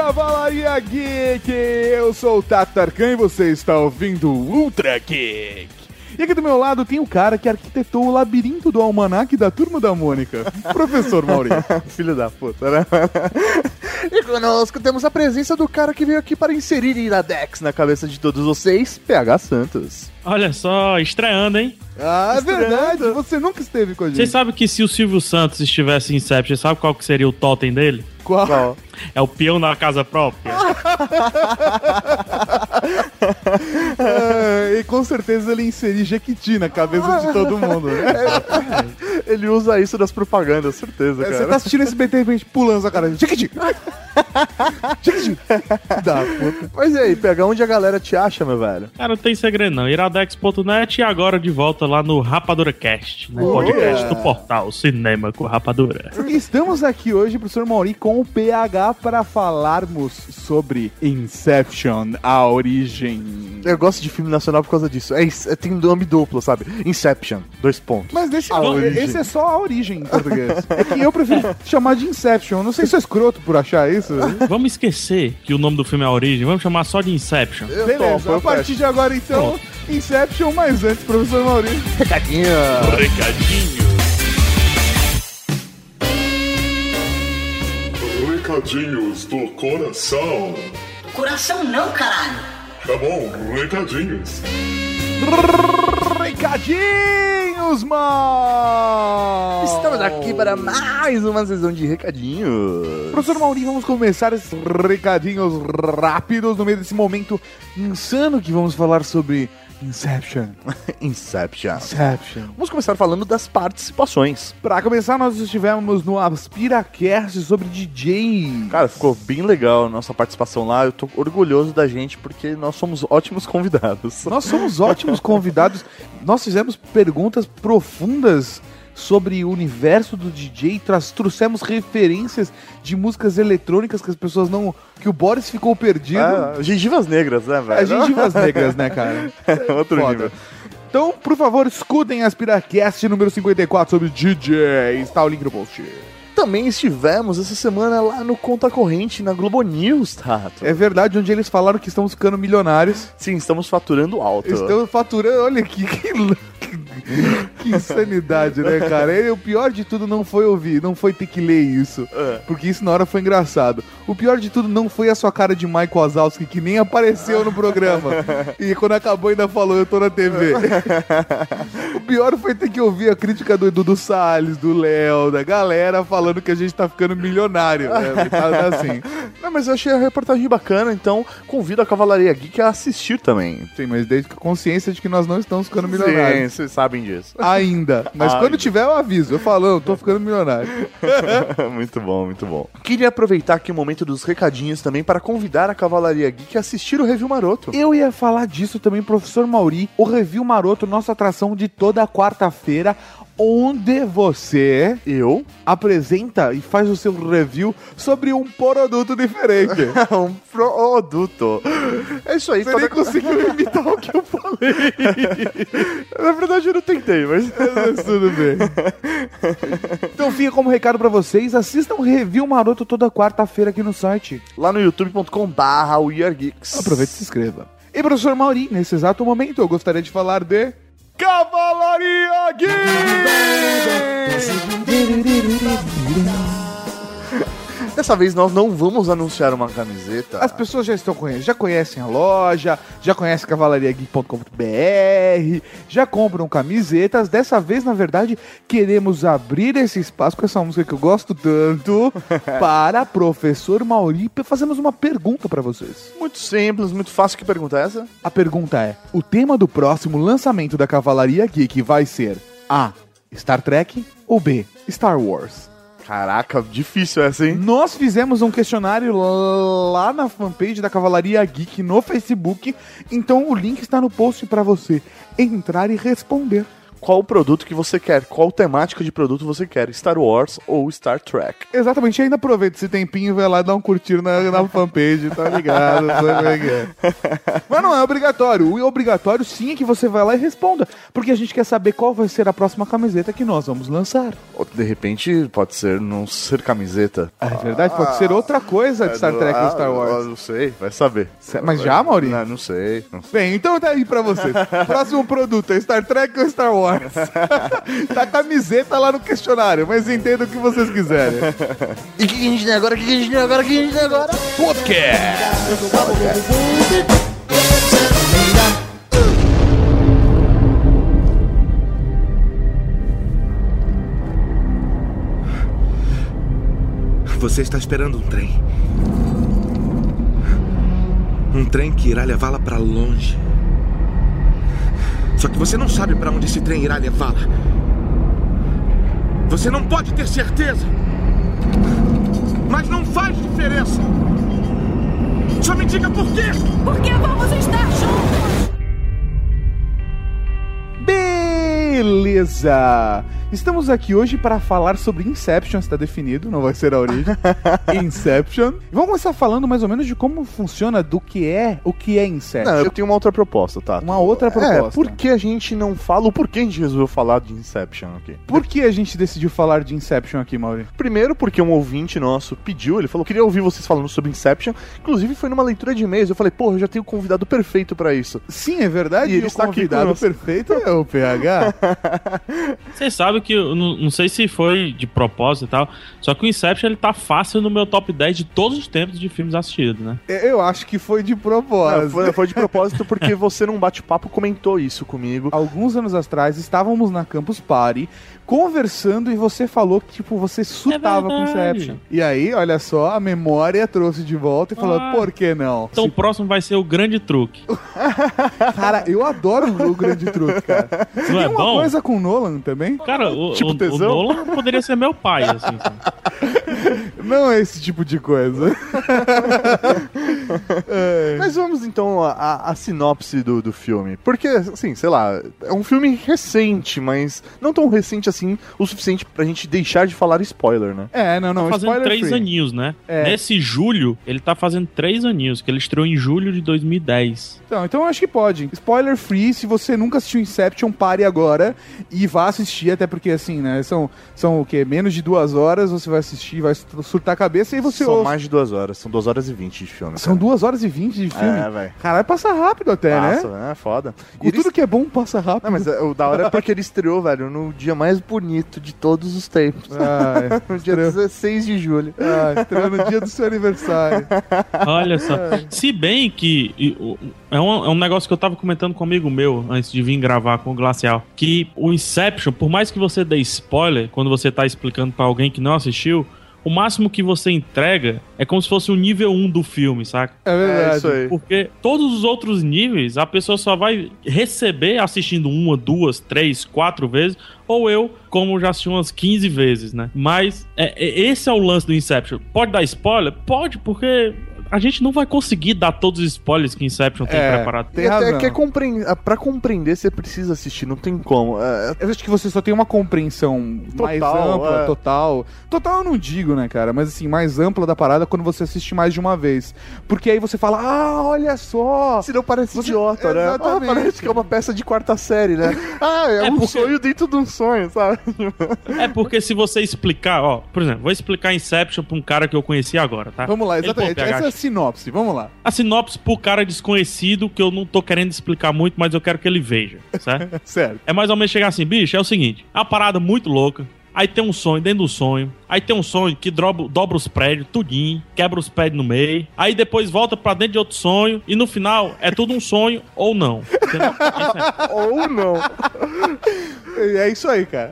Cavalaria Geek! Eu sou o Tato Tarkan e você está ouvindo o Ultra Geek. E aqui do meu lado tem o cara que arquitetou o labirinto do almanaque da Turma da Mônica, Professor Maurício. Filho da puta, né? E conosco temos a presença do cara que veio aqui para inserir Iradex na cabeça de todos vocês, PH Santos. Olha só, estreando, hein? Ah, é verdade, você nunca esteve com a gente. Vocês sabem que se o Silvio Santos estivesse em Inception, sabe qual que seria o totem dele? Qual? É o peão da casa própria. E com certeza ele inserir Jequiti na cabeça de todo mundo, né? Ele usa isso das propagandas, certeza, cara. Você tá assistindo esse BT e pulando essa cara. Jequiti! Jequiti! Da puta. Mas e aí, PH, onde a galera te acha, meu velho? Cara, não tem segredo não. Iradex.net e agora de volta lá no Rapadura Cast, no podcast do portal Cinema com Rapadura. Estamos aqui hoje, professor Mauri, com o PH para falarmos sobre Inception, a origem. Eu gosto de filme nacional por causa disso. Tem nome duplo, sabe? Inception, 2 pontos. Mas esse é só a origem em português. É que eu prefiro chamar de Inception. Não sei se sou escroto por achar isso. Vamos esquecer que o nome do filme é a origem, vamos chamar só de Inception. Beleza, a partir de agora então, Inception, mas antes, professor Mauri. Recadinho. Recadinhos do coração. Coração não, caralho. Tá bom, recadinhos. Recadinhos, mano! Estamos aqui para mais uma sessão de recadinhos. Professor Mauri, vamos começar esses recadinhos rápidos no meio desse momento insano que vamos falar sobre Inception. Vamos começar falando das participações. Pra começar, nós estivemos no AspiraCast sobre DJ. Cara, ficou bem legal a nossa participação lá. Eu tô orgulhoso da gente porque nós somos ótimos convidados. Nós fizemos perguntas profundas sobre o universo do DJ, trouxemos referências de músicas eletrônicas que as pessoas não... que o Boris ficou perdido. Gengivas negras, né, velho? Gengivas negras, né, cara? Outro nível. Então, por favor, escutem AspiraCast número 54 sobre DJ. Está o link no post. Também estivemos essa semana lá no Conta Corrente, na Globo News, Tato. É verdade, onde eles falaram que estamos ficando milionários. Sim, estamos faturando alto. Estamos faturando, olha que insanidade, né, cara? E o pior de tudo não foi ouvir, não foi ter que ler isso. Porque isso na hora foi engraçado. O pior de tudo não foi a sua cara de Michael Wazowski, que nem apareceu no programa. E quando acabou ainda falou, eu tô na TV. O pior foi ter que ouvir a crítica do Dudu Salles, do Léo, da galera falando que a gente tá ficando milionário. Tá assim. Não, mas eu achei a reportagem bacana, então convido a Cavalaria Geek a assistir também. Sim, mas desde que a consciência de que nós não estamos ficando milionários. Sim, vocês sabem disso. Ainda. Mas quando tiver, eu aviso. Eu falo, eu tô ficando milionário. Muito bom, muito bom. Queria aproveitar aqui o momento dos recadinhos também para convidar a Cavalaria Geek a assistir o Review Maroto. Eu ia falar disso também, professor Mauri. O Review Maroto, nossa atração de toda quarta-feira, onde você apresenta e faz o seu review sobre um produto diferente. Um produto. É isso aí. Você nem conseguiu imitar o que eu falei. Na verdade eu não tentei, mas tudo bem. Então fica como recado pra vocês, assistam o Review Maroto toda quarta-feira aqui no site. Lá no youtube.com/weargeeks. Aproveite e se inscreva. E professor Mauri, nesse exato momento eu gostaria de falar de... Cavalaria Geek! Dessa vez nós não vamos anunciar uma camiseta. As pessoas já conhecem a loja, já conhecem cavalariageek.com.br, já compram camisetas. Dessa vez, na verdade, queremos abrir esse espaço com essa música que eu gosto tanto para professor Mauri. Fazemos uma pergunta para vocês. Muito simples, muito fácil. Que pergunta é essa? A pergunta é: o tema do próximo lançamento da Cavalaria Geek vai ser A. Star Trek ou B. Star Wars? Caraca, difícil essa, hein? Nós fizemos um questionário lá na fanpage da Cavalaria Geek no Facebook, então o link está no post para você entrar e responder. Qual o produto que você quer? Qual temática de produto você quer? Star Wars ou Star Trek? Exatamente, e ainda aproveita esse tempinho e vai lá dar um curtir na fanpage, tá ligado? Mas não é obrigatório. O obrigatório sim é que você vai lá e responda, porque a gente quer saber qual vai ser a próxima camiseta que nós vamos lançar. Ou, de repente, pode ser não ser camiseta. É verdade, pode ser outra coisa de Star Trek e Star Wars. Não sei, vai saber. Mas já, Maurinho? Não sei. Bem, então tá aí pra vocês. Próximo produto é Star Trek ou Star Wars? Tá camiseta lá no questionário, mas entenda o que vocês quiserem. E o que a gente tem agora? Você está esperando um trem. Um trem que irá levá-la para longe. Só que você não sabe para onde esse trem irá levá-la. Você não pode ter certeza. Mas não faz diferença. Só me diga por quê. Porque vamos estar juntos. Beleza! Estamos aqui hoje para falar sobre Inception, está definido, não vai ser a origem. Inception. Vamos começar falando mais ou menos de como funciona, do que é o que é Inception. Não, eu tenho uma outra proposta, tá? Uma outra proposta. Por que a gente não fala o porquê a gente resolveu falar de Inception aqui? Por que a gente decidiu falar de Inception aqui, Mauri? Primeiro porque um ouvinte nosso pediu, ele falou, queria ouvir vocês falando sobre Inception, inclusive foi numa leitura de e-mails, eu falei, porra, eu já tenho o convidado perfeito pra isso. Sim, é verdade, E ele o está aqui convidado conosco. perfeito é o PH. Vocês sabem que, eu não sei se foi de propósito e tal, só que o Inception ele tá fácil no meu top 10 de todos os tempos de filmes assistidos, né? Eu acho que foi de propósito. Não, foi de propósito porque você num bate-papo comentou isso comigo. Alguns anos atrás, estávamos na Campus Party, conversando, e você falou que, tipo, você surtava com verdade. Inception. E aí, olha só, a memória trouxe de volta e falou, Ah. por que não? Então o próximo vai ser o grande truque. Cara, eu adoro o grande truque, cara. Não Tem é uma bom? coisa com o Nolan também? Cara, o Tipo tesão? Nolan poderia ser meu pai, assim. Sabe? Não é esse tipo de coisa. Mas vamos então à sinopse do filme. Porque, assim, sei lá, é um filme recente, mas não tão recente assim o suficiente pra gente deixar de falar spoiler, né? Não, Tá fazendo spoiler 3 free. aninhos, né? É. Nesse julho, ele tá fazendo 3 aninhos, que ele estreou em julho de 2010. Então eu acho que pode. Spoiler free, se você nunca assistiu Inception, pare agora e vá assistir, até porque assim, né, são o quê? Menos de 2 horas, você vai assistir, vai surtar a cabeça e você São ouve. mais de 2 horas, são 2 horas e 20 de filme. São 2 horas e 20 de filme. É, velho. Caralho, passa rápido até, Passa, né? né? Foda. Com tudo que é bom, passa rápido. Não, mas o da hora é porque ele estreou, velho, no dia mais bonito de todos os tempos. Ai, No dia 16 de julho. estreou no dia do seu aniversário. Olha só. Se bem que é um negócio que eu tava comentando com um amigo meu antes de vir gravar com o Glacial, que o Inception, por mais que você dê spoiler quando você tá explicando pra alguém que não assistiu, o máximo que você entrega é como se fosse o nível 1 do filme, saca? É verdade. É isso aí. Porque todos os outros níveis a pessoa só vai receber assistindo 1, 2, 3, 4 vezes, ou eu, como já assisti umas 15 vezes, né? Mas esse é o lance do Inception. Pode dar spoiler? Pode, porque a gente não vai conseguir dar todos os spoilers que Inception tem preparado. Tem E até razão. pra compreender, você precisa assistir, não tem como. Eu acho que você só tem uma compreensão mais Total, ampla, é. total. Total eu não digo, né, cara? Mas assim, mais ampla da parada quando você assiste mais de uma vez. Porque aí você fala, olha só! Se não parece idiota, né? Exatamente. Parece que é uma peça de quarta série, né? É um porque- sonho dentro de um sonho, sabe? É porque se você explicar, ó, por exemplo, vou explicar Inception pra um cara que eu conheci agora, tá? Vamos lá, Ele, exatamente. pô, PH, Essa é a sinopse, vamos lá. a sinopse pro cara desconhecido, que eu não tô querendo explicar muito, mas eu quero que ele veja, certo? Certo. É mais ou menos chegar assim, bicho, é o seguinte, é uma parada muito louca, aí tem um sonho dentro do sonho, aí tem um sonho que dobra os prédios, tudinho, quebra os prédios no meio, aí depois volta pra dentro de outro sonho, e no final é tudo um sonho ou não. Entendeu? É isso aí. Ou não. É isso aí, cara.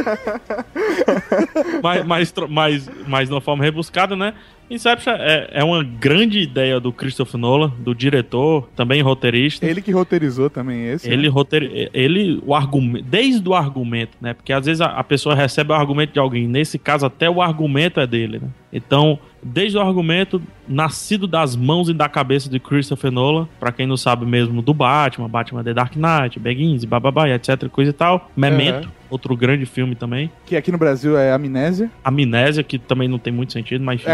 Mas de uma forma rebuscada, né? Inception é uma grande ideia do Christopher Nolan, do diretor, também roteirista. Ele que roteirizou também esse. Ele o argumento, desde o argumento, né? Porque às vezes a pessoa recebe o argumento de alguém, nesse caso até o argumento é dele, né? Então, desde o argumento nascido das mãos e da cabeça de Christopher Nolan, pra quem não sabe mesmo do Batman The Dark Knight, Begins, bababá, etc, coisa e tal, Memento, outro grande filme também. Que aqui no Brasil é Amnésia. Amnésia, que também não tem muito sentido, mas...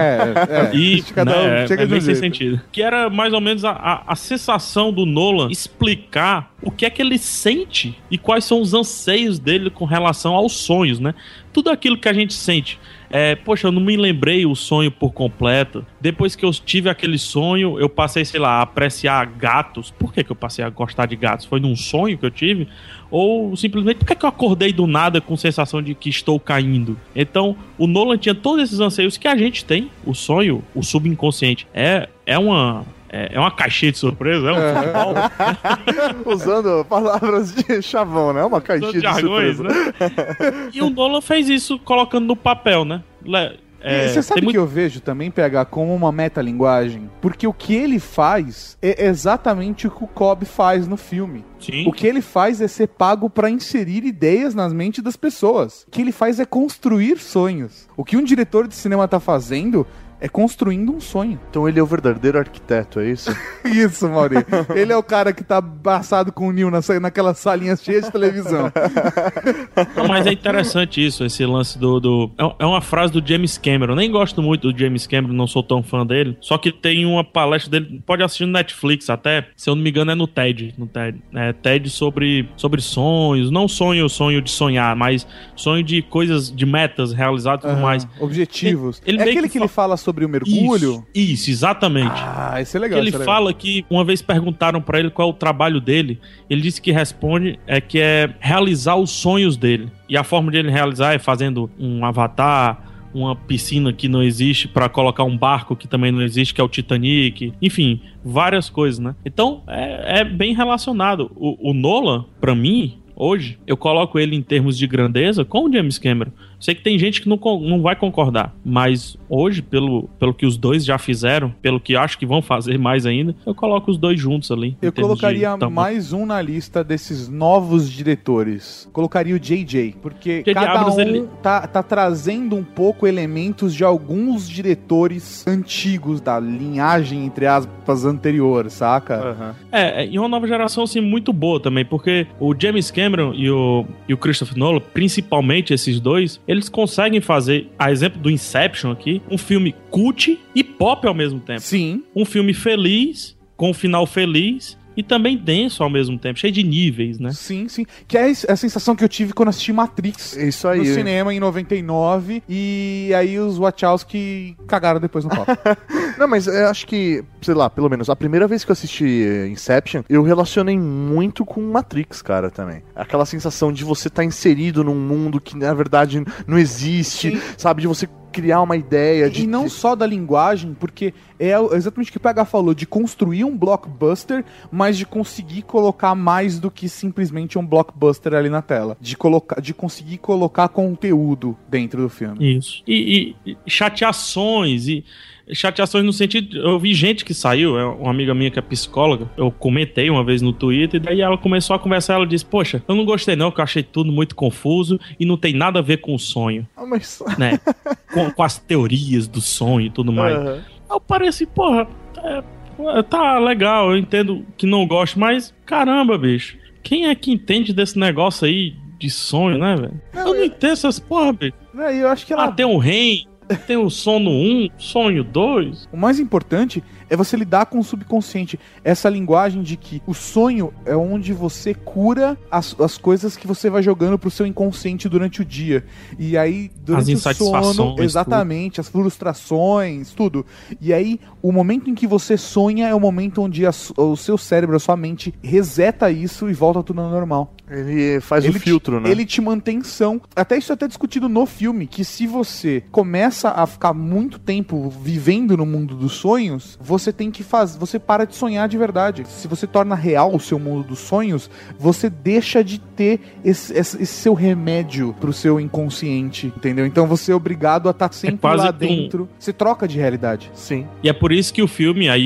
E cada um chega de um sem jeito. sentido. Que era mais ou menos a sensação do Nolan explicar o que é que ele sente e quais são os anseios dele com relação aos sonhos, né? Tudo aquilo que a gente sente. Poxa, eu não me lembrei o sonho por completo. Depois que eu tive aquele sonho, eu passei, sei lá, a apreciar gatos. Por que eu passei a gostar de gatos? Foi num sonho que eu tive? Ou simplesmente, por que eu acordei do nada com sensação de que estou caindo? Então, o Nolan tinha todos esses anseios que a gente tem. O sonho, o subconsciente, é uma caixinha de surpresa, é um futebol. Usando palavras de chavão, né? Uma caixinha de jargões, surpresa. Né? E o Nolan fez isso colocando no papel, né? Você sabe que eu vejo também, PH, como uma metalinguagem? Porque o que ele faz é exatamente o que o Cobb faz no filme. Sim. O que ele faz é ser pago pra inserir ideias nas mentes das pessoas. O que ele faz é construir sonhos. O que um diretor de cinema tá fazendo é construindo um sonho. Então ele é o verdadeiro arquiteto, é isso? Isso, Mauri. Ele é o cara que tá abraçado com o Neil naquela salinha cheia de televisão. Não, mas é interessante isso, esse lance É uma frase do James Cameron. Nem gosto muito do James Cameron, não sou tão fã dele. Só que tem uma palestra dele, pode assistir no Netflix até, se eu não me engano é no TED. TED sobre sonhos. Não sonho de sonhar, mas sonho de coisas, de metas realizadas e tudo mais. Objetivos. Ele é aquele que ele fala sobre o mergulho? Isso, exatamente. Isso é legal. Ele fala que uma vez perguntaram pra ele qual é o trabalho dele, ele disse que responde que é realizar os sonhos dele. E a forma de ele realizar é fazendo um avatar, uma piscina que não existe pra colocar um barco que também não existe, que é o Titanic. Enfim, várias coisas, né? Então, é bem relacionado. O Nolan, pra mim, hoje, eu coloco ele em termos de grandeza com o James Cameron. Sei que tem gente que não vai concordar, mas hoje, pelo que os dois já fizeram, pelo que acho que vão fazer mais ainda, eu coloco os dois juntos ali. Eu colocaria mais um na lista desses novos diretores. Colocaria o J.J., porque cada um tá trazendo um pouco elementos de alguns diretores antigos, da linhagem, entre aspas, anterior, saca? E uma nova geração, assim, muito boa também, porque o James Cameron e o Christopher Nolan, principalmente esses dois, eles conseguem fazer, a exemplo do Inception aqui, um filme cult e pop ao mesmo tempo. Sim. Um filme feliz, com um final feliz e também denso ao mesmo tempo, cheio de níveis, né? Sim. Que é a sensação que eu tive quando assisti Matrix isso aí, no cinema em 99, e aí os Wachowski cagaram depois no palco. Não, mas eu acho que, sei lá, pelo menos a primeira vez que eu assisti Inception, eu relacionei muito com Matrix, cara, também. Aquela sensação de você estar inserido num mundo que, na verdade, não existe, sim, sabe? De você criar uma ideia. E não só da linguagem, porque é exatamente o que o PH falou, de construir um blockbuster, mas de conseguir colocar mais do que simplesmente um blockbuster ali na tela. De conseguir colocar conteúdo dentro do filme. Isso. E chateações no sentido... Eu vi gente que saiu, uma amiga minha que é psicóloga, eu comentei uma vez no Twitter, e daí ela começou a conversar, ela disse, poxa, eu não gostei não, que eu achei tudo muito confuso e não tem nada a ver com o sonho. Mas... Né? com as teorias do sonho e tudo mais. Eu pareci, porra, tá legal, eu entendo que não gosto, mas caramba, bicho, quem é que entende desse negócio aí de sonho, né, velho? Eu não entendo essas porra, bicho. Eu acho que ela... tem um REM, tem o sono 1, sonho 2. O mais importante é você lidar com o subconsciente. Essa linguagem de que o sonho é onde você cura as coisas que você vai jogando pro seu inconsciente durante o dia. E aí, durante o sono, exatamente, tudo. As frustrações, tudo. E aí, o momento em que você sonha é o momento onde o seu cérebro, a sua mente, reseta isso e volta tudo ao normal. Ele faz o filtro, né? Ele te mantém são. Até isso é até discutido no filme, que se você começa a ficar muito tempo vivendo no mundo dos sonhos, você tem que você para de sonhar de verdade. Se você torna real o seu mundo dos sonhos, você deixa de ter esse seu remédio pro seu inconsciente, entendeu? Então você é obrigado a estar sempre lá dentro. Você troca de realidade. Sim. E é por isso que o filme aí,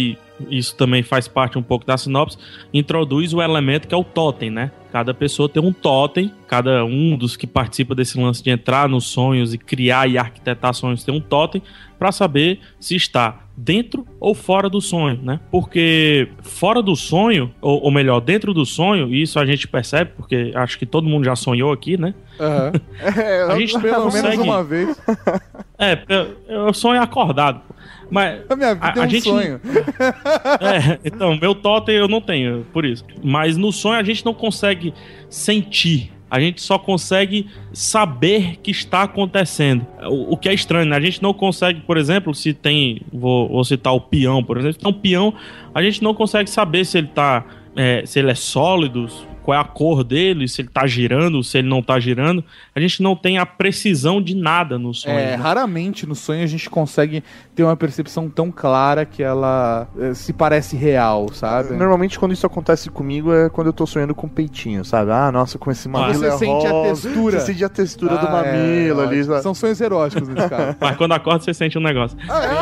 isso também faz parte um pouco da sinopse, introduz o elemento que é o totem, né? Cada pessoa tem um totem, cada um dos que participa desse lance de entrar nos sonhos e criar e arquitetar sonhos tem um totem para saber se está dentro ou fora do sonho, né? Porque fora do sonho, ou melhor, dentro do sonho, e isso a gente percebe, porque acho que todo mundo já sonhou aqui, né? Uhum. A gente pelo consegue... menos uma vez. Eu sonho acordado. Mas a minha vida é um gente... sonho. Então, meu totem eu não tenho, por isso. Mas no sonho a gente não consegue sentir. A gente só consegue saber que está acontecendo. O que é estranho, né? A gente não consegue, por exemplo, se tem... Vou citar o peão, por exemplo. Se tem um peão, a gente não consegue saber se ele tá... se ele é sólido, qual é a cor dele, se ele tá girando, se ele não tá girando. A gente não tem a precisão de nada no sonho. Né? Raramente no sonho a gente consegue ter uma percepção tão clara que ela se parece real, sabe? Normalmente quando isso acontece comigo é quando eu tô sonhando com peitinho, sabe? Ah, nossa, com esse mamilo você sente a textura. Você sente a textura do mamilo ali. Sabe? São sonhos eróticos nesse caso. Mas quando acorda você sente um negócio.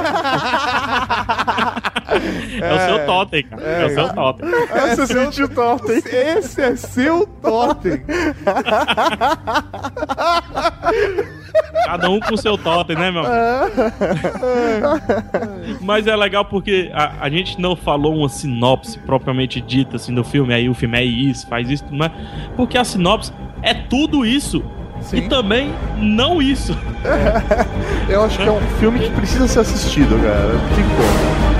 É o seu totem, cara. É o seu totem. Você sente o totem. Esse é seu totem. Cada um com o seu totem, né, meu amigo? Mas é legal porque a gente não falou uma sinopse propriamente dita assim do filme. Aí o filme é isso, faz isso, mas porque a sinopse é tudo isso. Sim. E também não isso. Eu acho que é um filme que precisa ser assistido, cara. Tem como.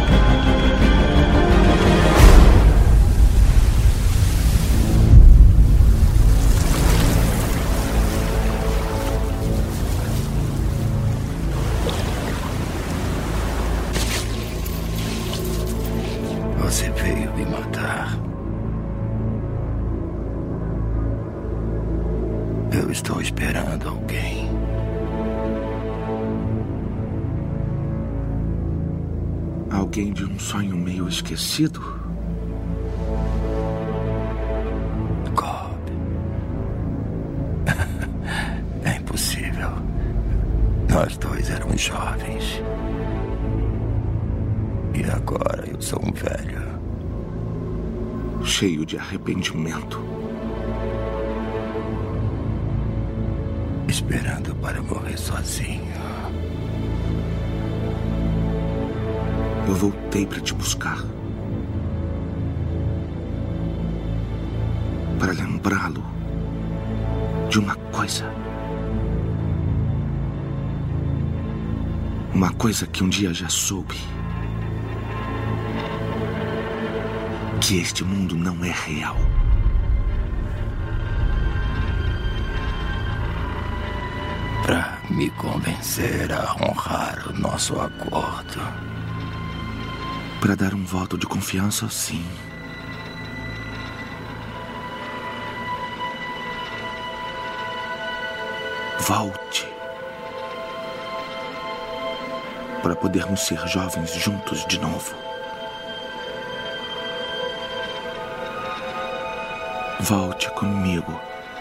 Você veio me matar. Eu estou esperando alguém. Alguém de um sonho meio esquecido? Cobb. É impossível. Nós dois éramos jovens. E agora eu sou um velho. Cheio de arrependimento. Esperando para morrer sozinho. Eu voltei para te buscar. Para lembrá-lo de uma coisa. Uma coisa que um dia já soube. Que este mundo não é real. Para me convencer a honrar o nosso acordo. Para dar um voto de confiança, sim. Volte. Para podermos ser jovens juntos de novo. Volte comigo.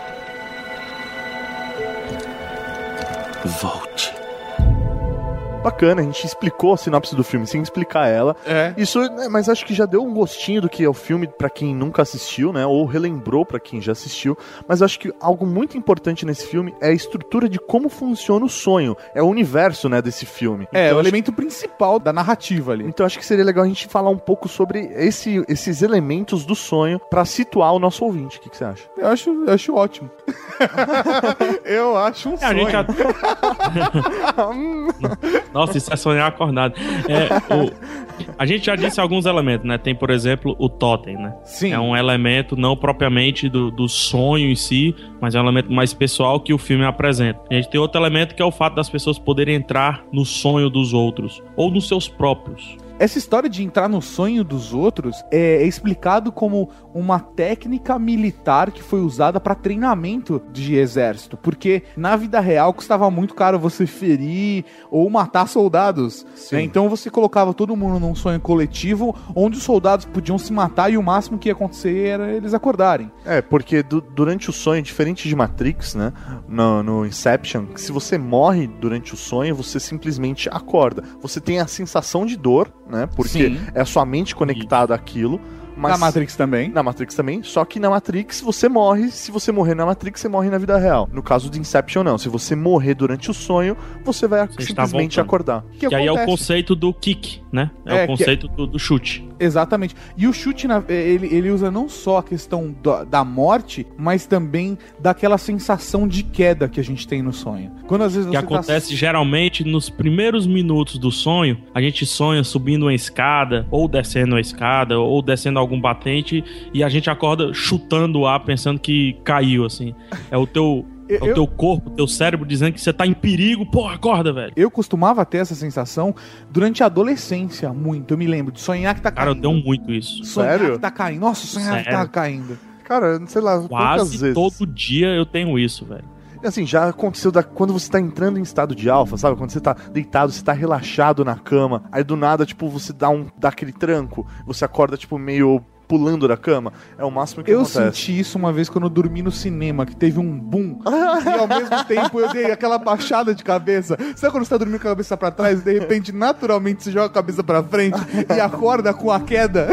Volte. Bacana, a gente explicou a sinopse do filme sem explicar ela. Isso, mas acho que já deu um gostinho do que é o filme pra quem nunca assistiu, né? Ou relembrou pra quem já assistiu. Mas acho que algo muito importante nesse filme é a estrutura de como funciona o sonho. É o universo, né, desse filme. Então, o elemento principal da narrativa ali. Então acho que seria legal a gente falar um pouco sobre esses elementos do sonho pra situar o nosso ouvinte. O que você acha? Eu acho ótimo. Eu acho um sonho. Nossa, isso é sonhar acordado. A gente já disse alguns elementos, né? Tem, por exemplo, o totem, né? Sim. É um elemento não propriamente do sonho em si, mas é um elemento mais pessoal que o filme apresenta. A gente tem outro elemento que é o fato das pessoas poderem entrar no sonho dos outros, ou nos seus próprios. Essa história de entrar no sonho dos outros é explicado como uma técnica militar que foi usada para treinamento de exército, porque na vida real custava muito caro você ferir ou matar soldados, né? Então você colocava todo mundo num sonho coletivo onde os soldados podiam se matar e o máximo que ia acontecer era eles acordarem. Porque durante o sonho, diferente de Matrix, né, no Inception, se você morre durante o sonho, você simplesmente acorda. Você tem a sensação de dor, né? Porque Sim. é a sua mente conectada àquilo. Mas Na Matrix também. Na Matrix também, só que na Matrix você morre. Se você morrer na Matrix, você morre na vida real. No caso de Inception, não. Se você morrer durante o sonho, você vai simplesmente acordar. Que aí é o conceito do kick, né? É o conceito do chute. Exatamente. E o chute, ele usa não só a questão da morte, mas também daquela sensação de queda que a gente tem no sonho. Quando às vezes que acontece geralmente nos primeiros minutos do sonho, a gente sonha subindo uma escada, ou descendo a escada, ou descendo algum batente, e a gente acorda chutando o ar, pensando que caiu, assim. É o teu... É o teu corpo, o teu cérebro dizendo que você tá em perigo. Pô, acorda, velho. Eu costumava ter essa sensação durante a adolescência, muito. Eu me lembro de sonhar que tá caindo. Cara, eu tenho muito isso. Sonhar Sério? que tá caindo. Nossa, sonhar que tá caindo. Cara, sei lá, poucas vezes. Quase todo dia eu tenho isso, velho. Assim, já aconteceu quando você tá entrando em estado de alfa, sabe? Quando você tá deitado, você tá relaxado na cama, aí do nada, tipo, você dá aquele tranco, você acorda, tipo, meio pulando da cama. É o máximo que acontece. Eu senti isso uma vez quando eu dormi no cinema, que teve um boom, e ao mesmo tempo eu dei aquela baixada de cabeça. Sabe quando você tá dormindo com a cabeça pra trás e de repente, naturalmente, você joga a cabeça pra frente e acorda com a queda?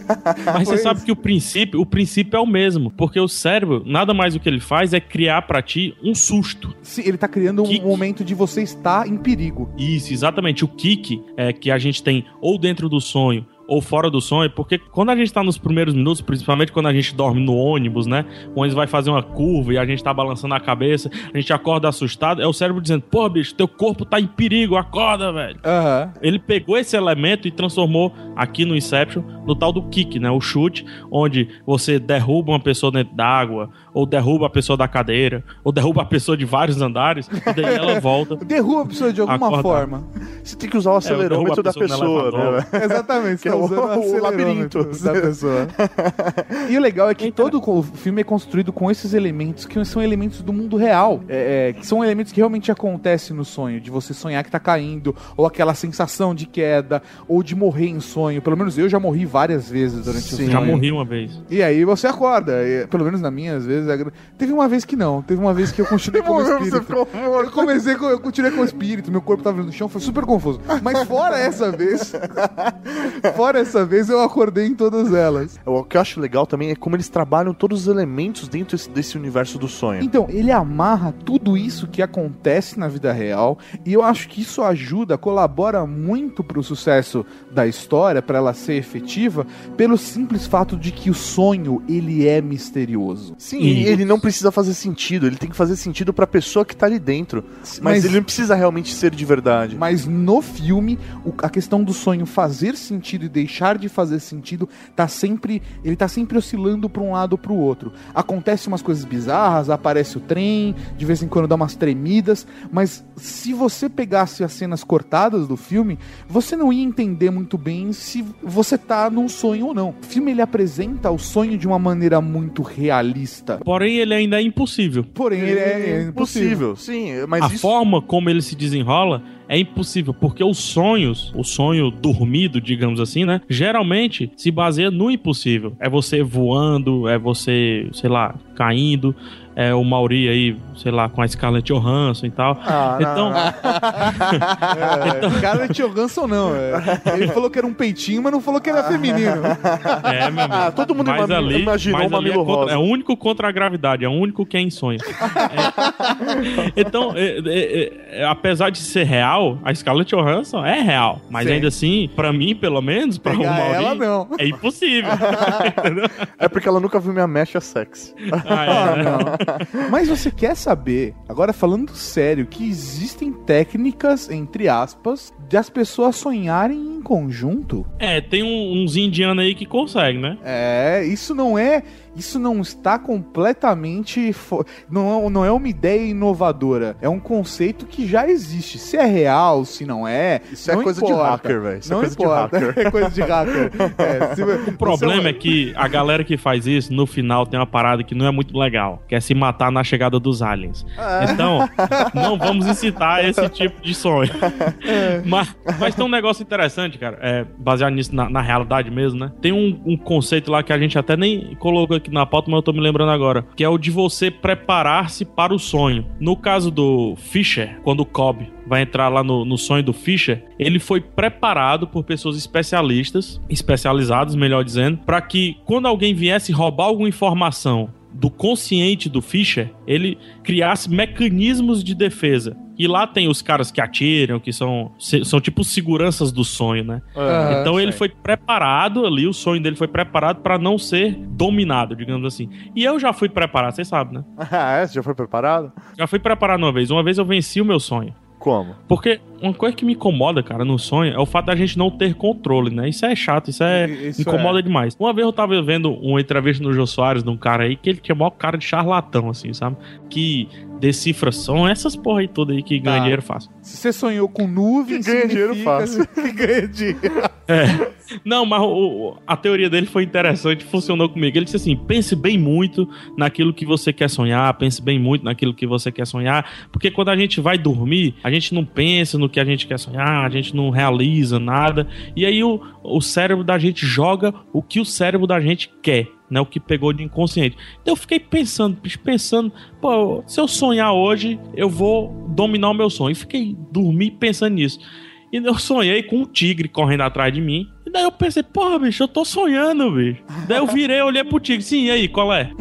Mas você sabe que o princípio é o mesmo, porque o cérebro, nada mais o que ele faz é criar pra ti um susto. Sim, ele tá criando um momento de você estar em perigo. Isso, exatamente. O kick é que a gente tem ou dentro do sonho ou fora do sonho, porque quando a gente tá nos primeiros minutos, principalmente quando a gente dorme no ônibus, né? O ônibus vai fazer uma curva e a gente tá balançando a cabeça, a gente acorda assustado, é o cérebro dizendo, pô, bicho, teu corpo tá em perigo, acorda, velho. Ele pegou esse elemento e transformou aqui no Inception no tal do kick, né? O chute, onde você derruba uma pessoa dentro d'água, ou derruba a pessoa da cadeira, ou derruba a pessoa de vários andares, e daí ela volta. Derruba a pessoa de alguma forma. Você tem que usar o acelerômetro da pessoa, né? Exatamente, que é o labirinto da pessoa. E o legal é que todo o filme é construído com esses elementos que são elementos do mundo real, que são elementos que realmente acontecem no sonho, de você sonhar que tá caindo, ou aquela sensação de queda, ou de morrer em sonho. Pelo menos eu já morri várias vezes durante o sonho. Já morri uma vez. E aí você acorda, pelo menos na minha, às vezes. Teve uma vez que não, teve uma vez que eu continuei como espírito. Eu continuei com o espírito, meu corpo tava no chão, foi super confuso. Mas fora essa vez eu acordei em todas elas. O que eu acho legal também é como eles trabalham todos os elementos dentro desse universo do sonho. Então, ele amarra tudo isso que acontece na vida real, e eu acho que isso colabora muito pro sucesso da história, pra ela ser efetiva, pelo simples fato de que o sonho, ele é misterioso. Sim, e ele não precisa fazer sentido, ele tem que fazer sentido pra pessoa que tá ali dentro. Mas ele não precisa realmente ser de verdade. Mas no filme, a questão do sonho fazer sentido e deixar de fazer sentido, ele tá sempre oscilando pra um lado ou pro outro. Acontece umas coisas bizarras, aparece o trem, de vez em quando dá umas tremidas, mas se você pegasse as cenas cortadas do filme, você não ia entender muito bem se você tá num sonho ou não. O filme, ele apresenta o sonho de uma maneira muito realista. Porém, ele ainda é impossível. Porém, ele é impossível. Sim, mas a forma como ele se desenrola é impossível, porque o sonho dormido, digamos assim, né? Geralmente se baseia no impossível. É você voando, é você, sei lá, caindo. É o Mauri aí, sei lá, com a Scarlett Johansson e tal. Então... Scarlett Johansson não. Ele falou que era um peitinho, mas não falou que era feminino. Meu amigo. Todo mundo imaginou o mamilo rosa. É o único contra a gravidade, é o único que é em sonho. Então, apesar de ser real, a Scarlett Johansson é real. Mas ainda assim, pra mim, pelo menos, pra o Mauri, ela não. É impossível. É porque ela nunca viu minha mecha sexy. Não. Mas você quer saber, agora falando sério, que existem técnicas, entre aspas, de as pessoas sonharem em conjunto? Tem uns indianos aí que conseguem, né? Isso não está completamente... Não é uma ideia inovadora. É um conceito que já existe. Se é real, se não é... Isso é coisa de hacker, velho. Não importa. É coisa de hacker. O problema é que a galera que faz isso, no final, tem uma parada que não é muito legal, que é se matar na chegada dos aliens. Então, não vamos incitar esse tipo de sonho. Mas tem um negócio interessante, cara. Baseado nisso, na realidade mesmo, né? Tem um conceito lá que a gente até nem colocou aqui na pauta, mas eu tô me lembrando agora. Que é o de você preparar-se para o sonho. No caso do Fisher, quando o Cobb vai entrar lá no sonho do Fisher, ele foi preparado por pessoas especializadas, melhor dizendo, para que quando alguém viesse roubar alguma informação do consciente do Fisher, ele criasse mecanismos de defesa. E lá tem os caras que atiram, que são tipo seguranças do sonho, né? Então ele foi preparado ali, o sonho dele foi preparado para não ser dominado, digamos assim. E eu já fui preparado, vocês sabem, né? Você já foi preparado? Já fui preparado uma vez. Uma vez eu venci o meu sonho. Como? Porque uma coisa que me incomoda, cara, no sonho é o fato da gente não ter controle, né? Isso é chato, isso incomoda demais. Uma vez eu tava vendo uma entrevista no Jô Soares de um cara aí que ele tinha maior cara de charlatão, assim, sabe? Que decifra som, essas porra aí toda aí que ganha dinheiro fácil. Se você sonhou com nuvens, ganha dinheiro fácil. Que ganha dinheiro. Não, mas a teoria dele foi interessante, funcionou comigo. Ele disse assim, pense bem muito naquilo que você quer sonhar, pense bem muito naquilo que você quer sonhar, porque quando a gente vai dormir, a gente não pensa no que a gente quer sonhar, a gente não realiza nada, e aí o cérebro da gente joga o que o cérebro da gente quer, né, o que pegou de inconsciente. Então eu fiquei pensando, pô, se eu sonhar hoje, eu vou dominar o meu sonho. E dormi pensando nisso. E eu sonhei com um tigre correndo atrás de mim. E daí eu pensei, porra, bicho, eu tô sonhando, bicho. Daí eu virei, olhei pro tigre, sim, e aí, qual é?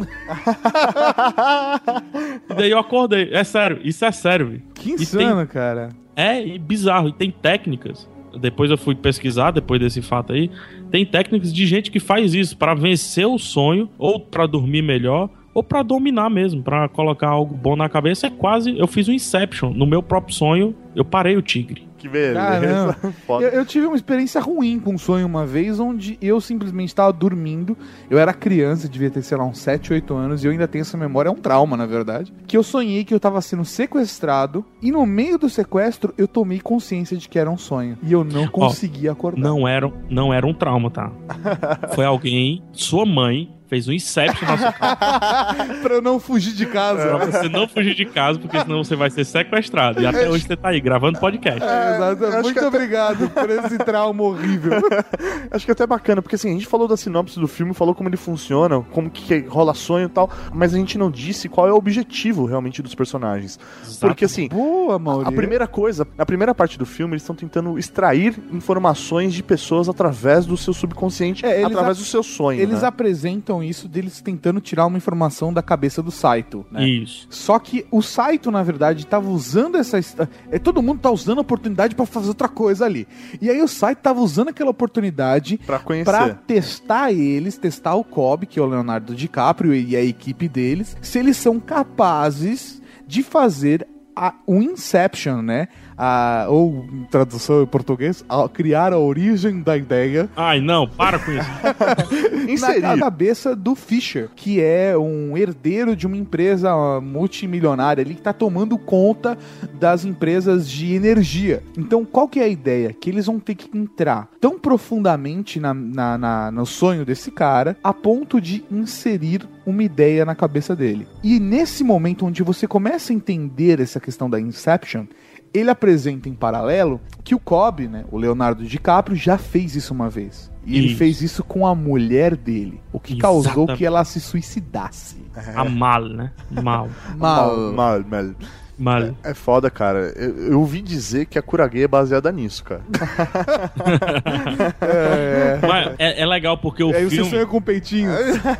E daí eu acordei. É sério, isso é sério, bicho. Que insano, cara. E bizarro, e tem técnicas. Depois eu fui pesquisar, depois desse fato aí, tem técnicas de gente que faz isso pra vencer o sonho, ou pra dormir melhor, ou pra dominar mesmo, pra colocar algo bom na cabeça. Eu fiz um Inception. No meu próprio sonho, eu parei o tigre. Que beleza. Eu tive uma experiência ruim com um sonho uma vez, onde eu simplesmente estava dormindo. Eu era criança, devia ter, sei lá, uns 7, 8 anos, e eu ainda tenho essa memória, é um trauma, na verdade. Que eu sonhei que eu tava sendo sequestrado, e no meio do sequestro, eu tomei consciência de que era um sonho. E eu não conseguia acordar. Não era um trauma, tá? Foi alguém, sua mãe, fez um Inception na sua casa. Pra eu não fugir de casa. Pra você não fugir de casa, porque senão você vai ser sequestrado. E até hoje você tá aí, gravando podcast. Exato. Muito obrigado por esse trauma horrível. Acho que é até bacana, porque assim, a gente falou da sinopse do filme, falou como ele funciona, como que rola sonho e tal, mas a gente não disse qual é o objetivo realmente dos personagens. Exato. Porque assim, boa, Maurício. A primeira coisa, na primeira parte do filme, eles estão tentando extrair informações de pessoas através do seu subconsciente, através do seu sonho. Eles apresentam isso deles tentando tirar uma informação da cabeça do Saito, né? Isso. Só que o Saito, na verdade, tava usando todo mundo tá usando a oportunidade pra fazer outra coisa ali. E aí o Saito tava usando aquela oportunidade pra testar o Cobb, que é o Leonardo DiCaprio e a equipe deles, se eles são capazes de fazer o Inception, né? Ou, em tradução em português, criar a origem da ideia. Ai, não, para com isso. Na cabeça do Fisher, que é um herdeiro de uma empresa multimilionária ali, que tá tomando conta das empresas de energia. Então, qual que é a ideia? Que eles vão ter que entrar tão profundamente no sonho desse cara, a ponto de inserir uma ideia na cabeça dele. E nesse momento onde você começa a entender essa questão da Inception, ele apresenta em paralelo que o Cobb, né, o Leonardo DiCaprio, já fez isso uma vez. E ele fez isso com a mulher dele, o que causou que ela se suicidasse. A Mal, né? Mal. É foda, cara. Eu ouvi dizer que a cura gay é baseada nisso, cara. Mas é legal porque o filme... Aí você sonha com peitinhos.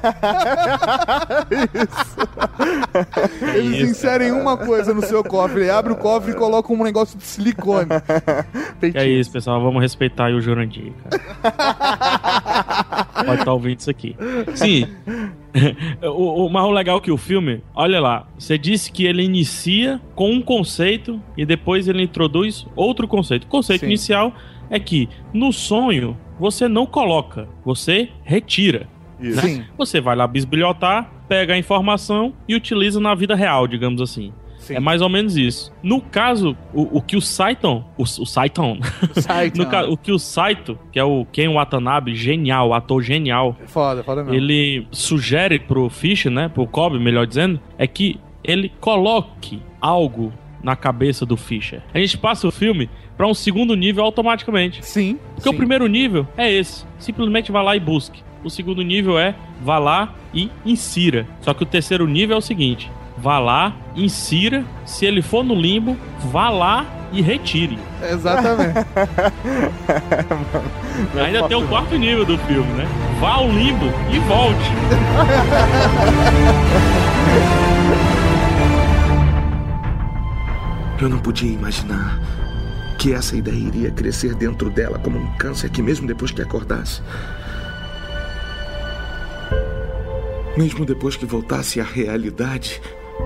Eles inserem uma coisa no seu cofre, ele abre o cofre e coloca um negócio de silicone. É isso, pessoal. Vamos respeitar aí o Jurandir, cara. Pode estar ouvindo isso aqui. Sim. O mais legal que o filme, olha lá, você disse que ele inicia com um conceito e depois ele introduz outro conceito. O conceito inicial é que no sonho você não coloca, você retira. Né? Sim. Você vai lá bisbilhotar, pega a informação e utiliza na vida real, digamos assim. Sim. É mais ou menos isso. No caso, o que o Saito, o que o Saito, que é o Ken Watanabe, genial, ator genial. Foda mesmo. Ele sugere pro Fisher, né, pro Cobb, melhor dizendo, é que ele coloque algo na cabeça do Fisher. A gente passa o filme pra um segundo nível automaticamente. Sim. Porque o primeiro nível é esse. Simplesmente vai lá e busque. o segundo nível é vá lá e insira. Só que o terceiro nível é o seguinte: vá lá, insira, se ele for no limbo, vá lá e retire. Exatamente. Ainda tem o quarto nível do filme, né? Vá ao limbo e volte. Eu não podia imaginar que essa ideia iria crescer dentro dela como um câncer que mesmo depois que acordasse, mesmo depois que voltasse à realidade,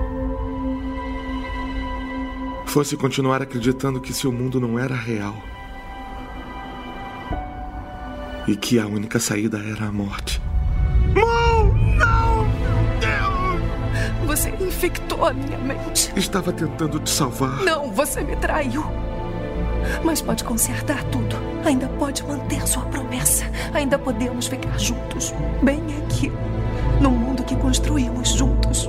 fosse continuar acreditando que seu mundo não era real e que a única saída era a morte. Não! Não! Meu Deus! Você infectou a minha mente. Estava tentando te salvar. Não, você me traiu. Mas pode consertar tudo. Ainda pode manter sua promessa. Ainda podemos ficar juntos. Bem aqui. No mundo que construímos juntos.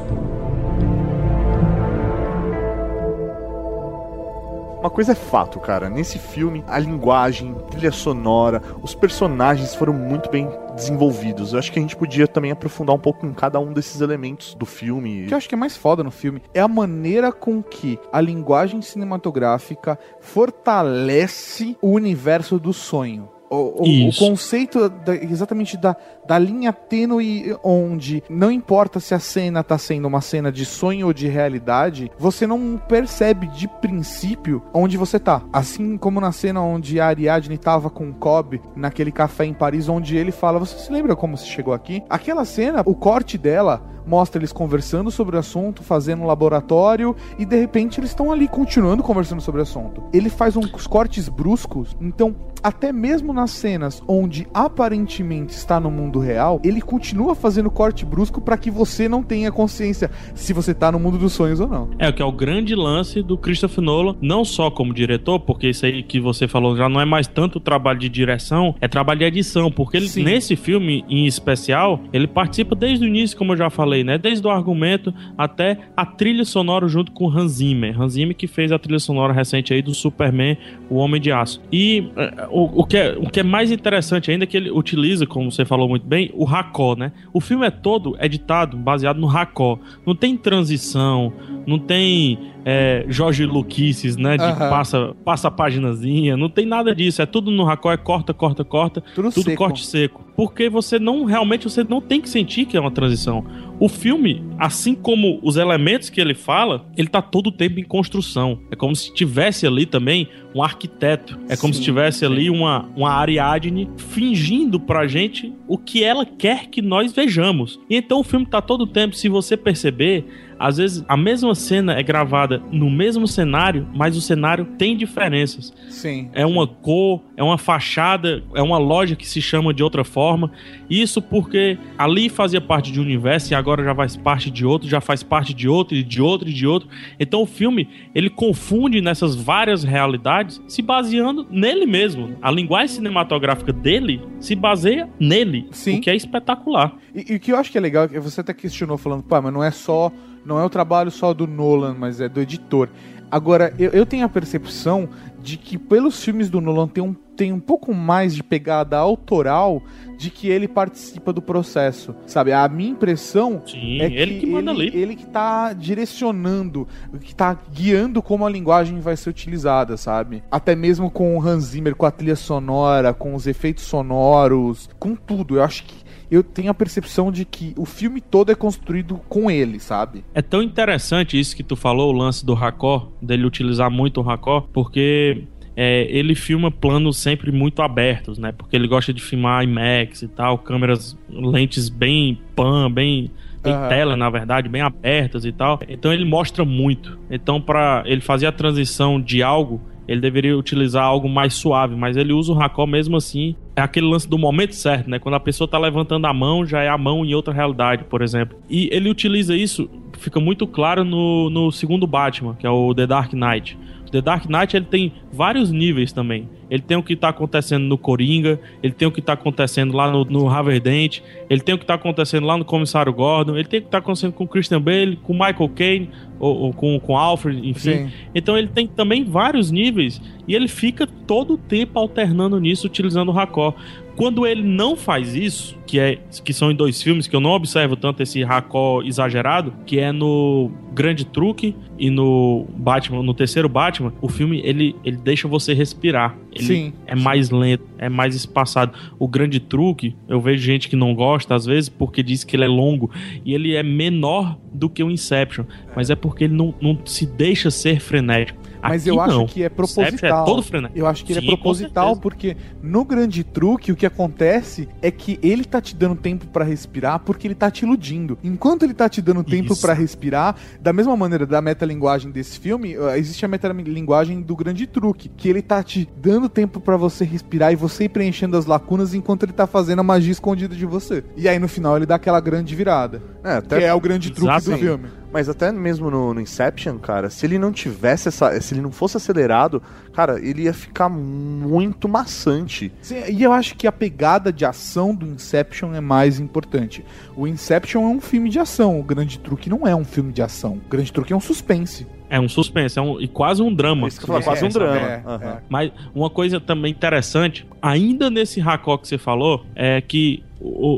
Uma coisa é fato, cara. Nesse filme, a linguagem, trilha sonora, os personagens foram muito bem desenvolvidos. Eu acho que a gente podia também aprofundar um pouco em cada um desses elementos do filme. O que eu acho que é mais foda no filme é a maneira com que a linguagem cinematográfica fortalece o universo do sonho. O conceito exatamente da linha tênue, onde não importa se a cena tá sendo uma cena de sonho ou de realidade, você não percebe de princípio onde você tá. Assim como na cena onde a Ariadne tava com o Cobb naquele café em Paris, onde ele fala: você se lembra como você chegou aqui? Aquela cena, o corte dela mostra eles conversando sobre o assunto, fazendo um laboratório, e de repente eles estão ali continuando conversando sobre o assunto. Ele faz uns cortes bruscos, então até mesmo nas cenas onde aparentemente está no mundo real, ele continua fazendo corte brusco para que você não tenha consciência se você tá no mundo dos sonhos ou não. É, o que é o grande lance do Christopher Nolan, não só como diretor, porque isso aí que você falou já não é mais tanto trabalho de direção, é trabalho de edição, porque ele, nesse filme em especial, ele participa desde o início, como eu já falei, né? Desde o argumento até a trilha sonora junto com Hans Zimmer. Hans Zimmer que fez a trilha sonora recente aí do Superman, o Homem de Aço. E o que é mais interessante ainda é que ele utiliza, como você falou muito bem, o racó, né? O filme é todo editado baseado no racó. Não tem transição, não tem Jorge Luquices, né? De passa a paginazinha, não tem nada disso. É tudo no racó, é corta, tudo seco. Corte seco. Porque você não tem que sentir que é uma transição. O filme, assim como os elementos que ele fala, ele tá todo o tempo em construção. É como se tivesse ali também um arquiteto. É como se tivesse ali uma Ariadne fingindo pra gente o que ela quer que nós vejamos. E então o filme tá todo o tempo, se você perceber, às vezes a mesma cena é gravada no mesmo cenário, mas o cenário tem diferenças. Sim. É uma cor, é uma fachada, é uma loja que se chama de outra forma. Isso porque ali fazia parte de um universo e agora já faz parte de outro, já faz parte de outro e de outro e de outro. Então o filme, ele confunde nessas várias realidades se baseando nele mesmo. A linguagem cinematográfica dele se baseia nele. Sim. O que é espetacular. E o que eu acho que é legal é que você até questionou falando, pá, mas não é o trabalho só do Nolan, mas é do editor. Agora, eu tenho a percepção de que pelos filmes do Nolan tem um pouco mais de pegada autoral de que ele participa do processo, sabe? A minha impressão é que ele que manda ali. Ele que tá direcionando, que tá guiando como a linguagem vai ser utilizada, sabe? Até mesmo com o Hans Zimmer, com a trilha sonora, com os efeitos sonoros, com tudo. Eu acho que eu tenho a percepção de que o filme todo é construído com ele, sabe? É tão interessante isso que tu falou, o lance do racó, dele utilizar muito o racó, porque ele filma planos sempre muito abertos, né? Porque ele gosta de filmar IMAX e tal, lentes bem bem tela, na verdade, bem abertas e tal. Então ele mostra muito. Então para ele fazer a transição de algo, ele deveria utilizar algo mais suave, mas ele usa o racó mesmo assim. É aquele lance do momento certo, né? Quando a pessoa tá levantando a mão, já é a mão em outra realidade, por exemplo. E ele utiliza isso, fica muito claro no segundo Batman, que é o The Dark Knight. O The Dark Knight, ele tem vários níveis também. ele tem o que tá acontecendo no Coringa, ele tem o que tá acontecendo lá no Harvey Dent, ele tem o que tá acontecendo lá no Comissário Gordon, ele tem o que tá acontecendo com o Christian Bale, com o Michael Caine, ou com Alfred, enfim. Sim. Então ele tem também vários níveis e ele fica todo o tempo alternando nisso, utilizando o raccord. Quando ele não faz isso, que são em 2 filmes, que eu não observo tanto esse raccord exagerado, que é no Grande Truque e no Batman, no terceiro Batman, o filme ele deixa você respirar. Ele é mais lento, é mais espaçado. O Grande Truque, eu vejo gente que não gosta, às vezes, porque diz que ele é longo, e ele é menor do que o Inception, mas é porque ele não se deixa ser frenético. Mas eu acho que é proposital. É todo frenético. Eu acho que ele é proposital, porque no Grande Truque o que acontece é que ele tá te dando tempo pra respirar porque ele tá te iludindo. Enquanto ele tá te dando tempo pra respirar, da mesma maneira da metalinguagem desse filme, existe a metalinguagem do Grande Truque, que ele tá te dando tempo pra você respirar e você ir preenchendo as lacunas enquanto ele tá fazendo a magia escondida de você. E aí no final ele dá aquela grande virada. Que é o Grande Truque do filme. Mas até mesmo no Inception, cara, se ele não tivesse se ele não fosse acelerado, cara, ele ia ficar muito maçante. Sim, e eu acho que a pegada de ação do Inception é mais importante. O Inception é um filme de ação, o Grande Truque não é um filme de ação. O Grande Truque é um suspense. É um suspense, e quase um drama. Isso que eu falo, quase um drama. Mas uma coisa também interessante, ainda nesse raccord que você falou, é que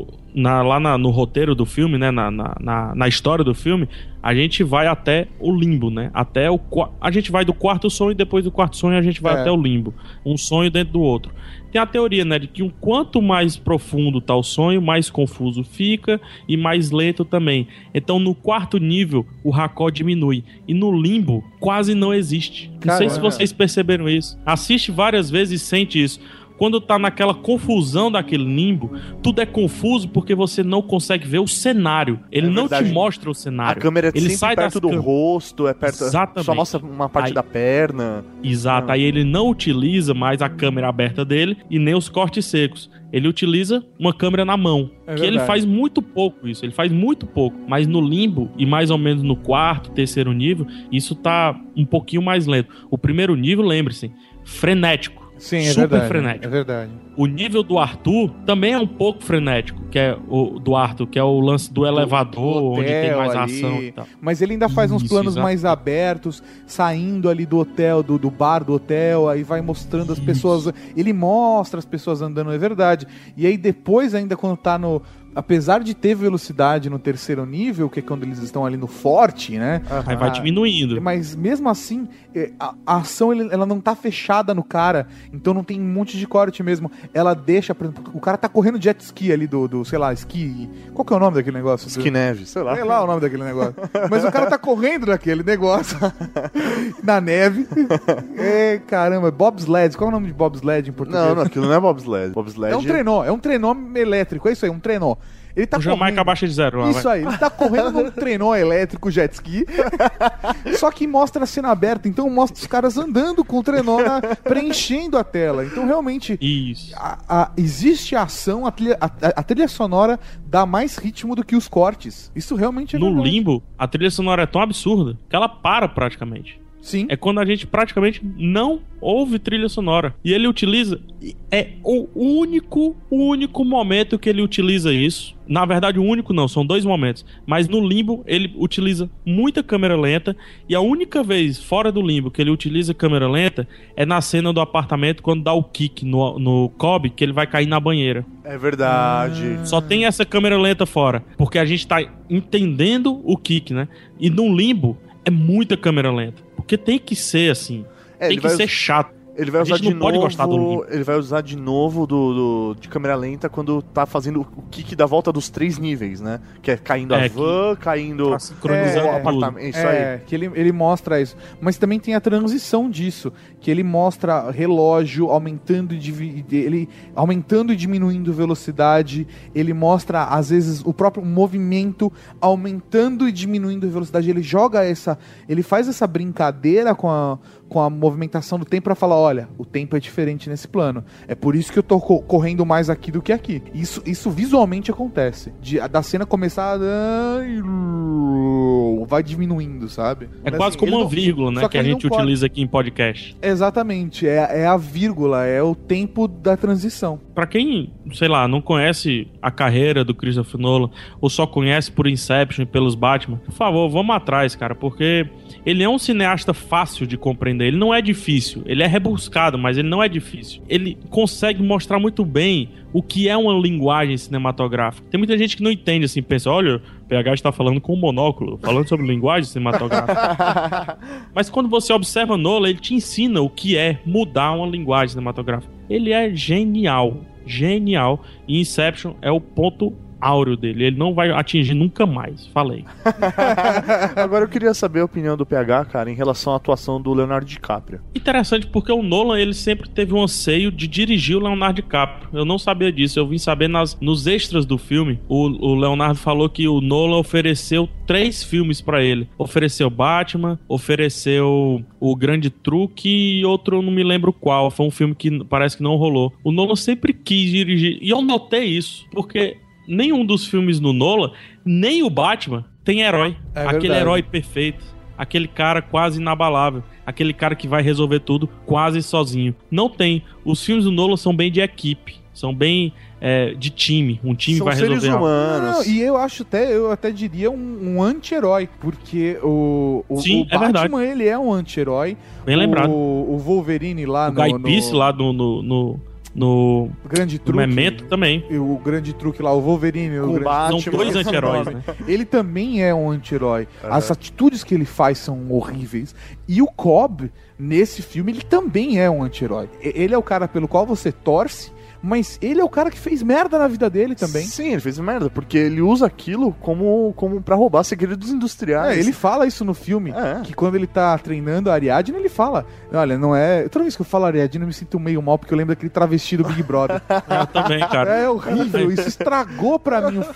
lá no roteiro do filme, né, na história do filme, a gente vai até o limbo, né? A gente vai do quarto sonho e depois do quarto sonho a gente vai até o limbo. Um sonho dentro do outro. Tem a teoria, né, de que quanto mais profundo tá o sonho, mais confuso fica e mais lento também. Então no quarto nível o raccord diminui e no limbo quase não existe. Não sei se vocês perceberam isso. Assiste várias vezes e sente isso. Quando tá naquela confusão daquele limbo, tudo é confuso porque você não consegue ver o cenário. Ele não te mostra o cenário. A câmera ele sempre sai perto do rosto, Exatamente. Só mostra uma parte da perna. Exato, aí ele não utiliza mais a câmera aberta dele e nem os cortes secos. Ele utiliza uma câmera na mão. Ele faz muito pouco isso, ele faz muito pouco. Mas no limbo, e mais ou menos no quarto, terceiro nível, isso tá um pouquinho mais lento. O primeiro nível, lembre-se, frenético. Sim, super frenético. É verdade. O nível do Arthur também é um pouco frenético, que é o do Arthur, que é o lance do elevador, onde tem mais ação e tal. Mas ele ainda faz uns planos mais abertos, saindo ali do hotel, do bar do hotel, aí vai mostrando as pessoas. Ele mostra as pessoas andando, é verdade. E aí depois, ainda quando tá no... Apesar de ter velocidade no terceiro nível, que é quando eles estão ali no forte, né? Aí vai diminuindo. Mas mesmo assim, a ação ela não tá fechada no cara, então não tem um monte de corte mesmo. Ela deixa, por exemplo, o cara tá correndo jet ski ali sei lá, esqui... Qual que é o nome daquele negócio? Esqui neve, sei lá. Sei lá o nome daquele negócio. Mas o cara tá correndo daquele negócio na neve. Caramba, bobsled. Qual é o nome de bobsled em português? Não, aquilo não é bobsled. Bobsled é um trenó elétrico, é isso aí, um trenó. Ele tá Jamaica abaixa de zero. Isso aí, ele tá correndo num trenó elétrico jet ski. Só que mostra a cena aberta, então mostra os caras andando com o trenó preenchendo a tela. Então realmente existe a ação, a trilha sonora dá mais ritmo do que os cortes. Isso realmente é verdade. No limbo, a trilha sonora é tão absurda que ela para praticamente. Sim. É quando a gente praticamente não ouve trilha sonora. E ele utiliza... É o único momento que ele utiliza isso. Na verdade, o único não, são 2 momentos. Mas no limbo, ele utiliza muita câmera lenta. E a única vez fora do limbo que ele utiliza câmera lenta é na cena do apartamento, quando dá o kick no Cobb, que ele vai cair na banheira. É verdade. Só tem essa câmera lenta fora. Porque a gente tá entendendo o kick, né? E no limbo, é muita câmera lenta. Porque tem que ser assim. Tem que ser chato. Ele vai usar de novo. Pode gostar do limbo. Ele vai usar de novo de câmera lenta quando tá fazendo o kick da volta dos 3 níveis, né? Que é caindo a van, caindo tá sincronizando o apartamento. Isso aí. Que ele mostra isso. Mas também tem a transição disso, que ele mostra relógio aumentando e diminuindo velocidade. Ele mostra, às vezes, o próprio movimento aumentando e diminuindo velocidade. Ele faz essa brincadeira com a movimentação do tempo pra falar, olha, o tempo é diferente nesse plano. É por isso que eu tô correndo mais aqui do que aqui. Isso visualmente acontece. Da cena começar tempo vai diminuindo, sabe? É quase como uma vírgula, né? Que a gente utiliza aqui em podcast. Exatamente, é a vírgula, é o tempo da transição. Pra quem, sei lá, não conhece a carreira do Christopher Nolan, ou só conhece por Inception e pelos Batman, por favor, vamos atrás, cara, porque ele é um cineasta fácil de compreender. Ele não é difícil, ele é rebuscado, mas ele não é difícil. Ele consegue mostrar muito bem o que é uma linguagem cinematográfica. Tem muita gente que não entende, assim, pensa, olha, o PH está falando com um monóculo, falando sobre linguagem cinematográfica. Mas quando você observa Nolan, ele te ensina o que é mudar uma linguagem cinematográfica. Ele é genial, genial. E Inception é o ponto áureo dele. Ele não vai atingir nunca mais. Falei. Agora eu queria saber a opinião do PH, cara, em relação à atuação do Leonardo DiCaprio. Interessante, porque o Nolan, ele sempre teve um anseio de dirigir o Leonardo DiCaprio. Eu não sabia disso. Eu vim saber nos extras do filme. O Leonardo falou que o Nolan ofereceu 3 filmes pra ele. Ofereceu Batman, ofereceu O Grande Truque e outro, eu não me lembro qual. Foi um filme que parece que não rolou. O Nolan sempre quis dirigir. E eu notei isso, porque nenhum dos filmes do Nolan, nem o Batman, tem herói. Aquele herói perfeito. Aquele cara quase inabalável. Aquele cara que vai resolver tudo quase sozinho. Não tem. Os filmes do Nolan são bem de equipe. São bem de time. Um time vai resolver seres humanos. Não, e eu até diria um anti-herói. Porque o Batman, ele é um anti-herói. Bem lembrado. O Wolverine lá o Guy Pearce lá no Grande Truque, Memento também. O Grande Truque lá, o Wolverine. São 2 anti-heróis, né? Ele também é um anti-herói. As atitudes que ele faz são horríveis. E o Cobb, nesse filme, ele também é um anti-herói. Ele é o cara pelo qual você torce, mas ele é o cara que fez merda na vida dele também. Sim, ele fez merda, porque ele usa aquilo como pra roubar segredos industriais. Ele fala isso no filme, que quando ele tá treinando a Ariadne, ele fala, olha, não é... Toda vez que eu falo Ariadne, eu me sinto meio mal, porque eu lembro daquele travesti do Big Brother. Eu também, cara. É horrível, isso estragou pra mim.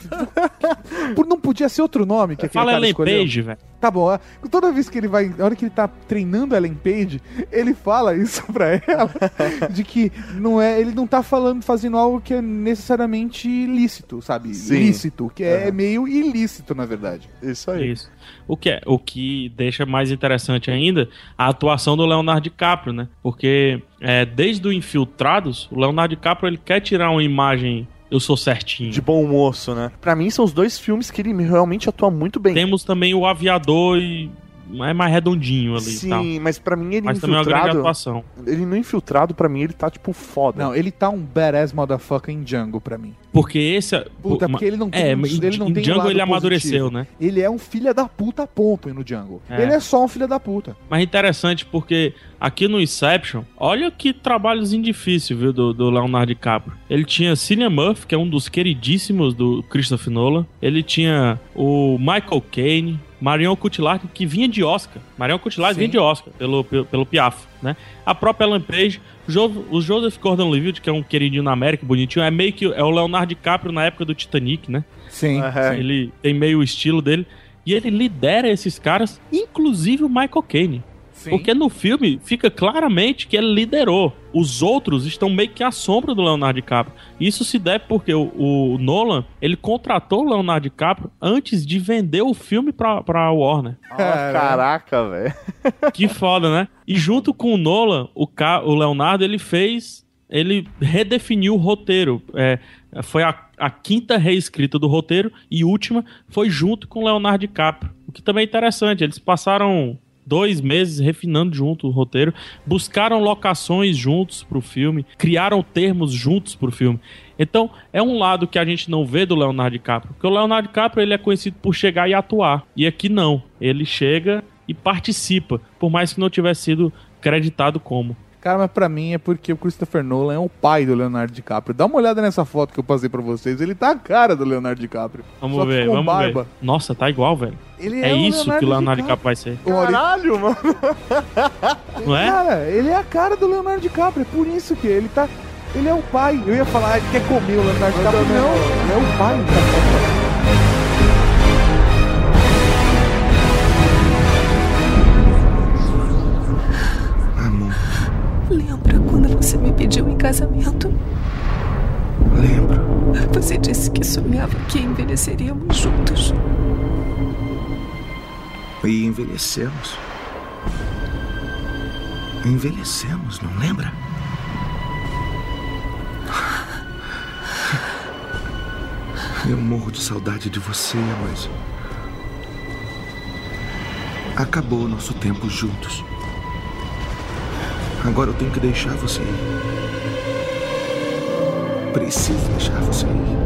Não podia ser outro nome que aquele Fala cara Ellen escolheu. Page, velho. Tá bom, toda vez que ele vai... Na hora que ele tá treinando a Ellen Page, ele fala isso pra ela, de que ele não tá fazendo algo que é necessariamente lícito, sabe? Sim. Lícito, que é meio ilícito, na verdade. Isso aí. Isso. O que deixa mais interessante ainda a atuação do Leonardo DiCaprio, né? Porque desde o Infiltrados, o Leonardo DiCaprio ele quer tirar uma imagem... Eu sou certinho. De bom moço, né? Pra mim são os 2 filmes que ele realmente atua muito bem. Temos também o Aviador e... É mais redondinho ali. Sim, tal. mas pra mim ele mas também é uma grande atuação. Ele no Infiltrado, pra mim, ele tá tipo foda. Não, ele tá um badass motherfucker em Django pra mim. Porque esse... porque ele não tem ele não tem Django lado ele amadureceu, positivo, né? Ele é um filho da puta, ponto, no Django. Ele é só um filho da puta. Mas interessante porque aqui no Inception, olha que trabalhozinho difícil, viu, do Leonardo DiCaprio. Ele tinha Cillian Murphy, que é um dos queridíssimos do Christopher Nolan. Ele tinha o Michael Caine, Marion Cotillard, que vinha de Oscar. Marion Cotillard vinha de Oscar pelo Piaf, né? A própria Ellen Page, o Joseph Gordon-Levitt, que é um queridinho na América, bonitinho, é meio que o Leonardo DiCaprio na época do Titanic, né? Sim. Ele tem meio o estilo dele. E ele lidera esses caras, inclusive o Michael Caine. Sim. Porque no filme fica claramente que ele liderou. Os outros estão meio que à sombra do Leonardo DiCaprio. Isso se deve porque o Nolan, ele contratou o Leonardo DiCaprio antes de vender o filme pra Warner. Caraca, velho. Que foda, né? E junto com o Nolan, o Leonardo, ele redefiniu o roteiro. Foi a 5ª reescrita do roteiro e última foi junto com o Leonardo DiCaprio. O que também é interessante. Eles passaram 2 meses refinando junto o roteiro, buscaram locações juntos pro filme, criaram termos juntos pro filme. Então, é um lado que a gente não vê do Leonardo DiCaprio, porque o Leonardo DiCaprio ele é conhecido por chegar e atuar, e aqui não, ele chega e participa, por mais que não tivesse sido creditado como. Cara, mas pra mim é porque o Christopher Nolan é o pai do Leonardo DiCaprio. Dá uma olhada nessa foto que eu passei pra vocês. Ele tá a cara do Leonardo DiCaprio. Vamos ver, vamos ver. Nossa, tá igual, velho. É isso que o Leonardo DiCaprio vai ser. Caralho, mano. Não é? Cara, ele é a cara do Leonardo DiCaprio. É por isso que ele tá... Ele é o pai. Eu ia falar, ele quer comer o Leonardo DiCaprio. Não, ele é o pai. Lembra quando você me pediu em casamento? Lembro. Você disse que sonhava que envelheceríamos juntos. E envelhecemos. Envelhecemos, não lembra? Eu morro de saudade de você, mas... acabou o nosso tempo juntos. Agora eu tenho que deixar você ir. Preciso deixar você ir.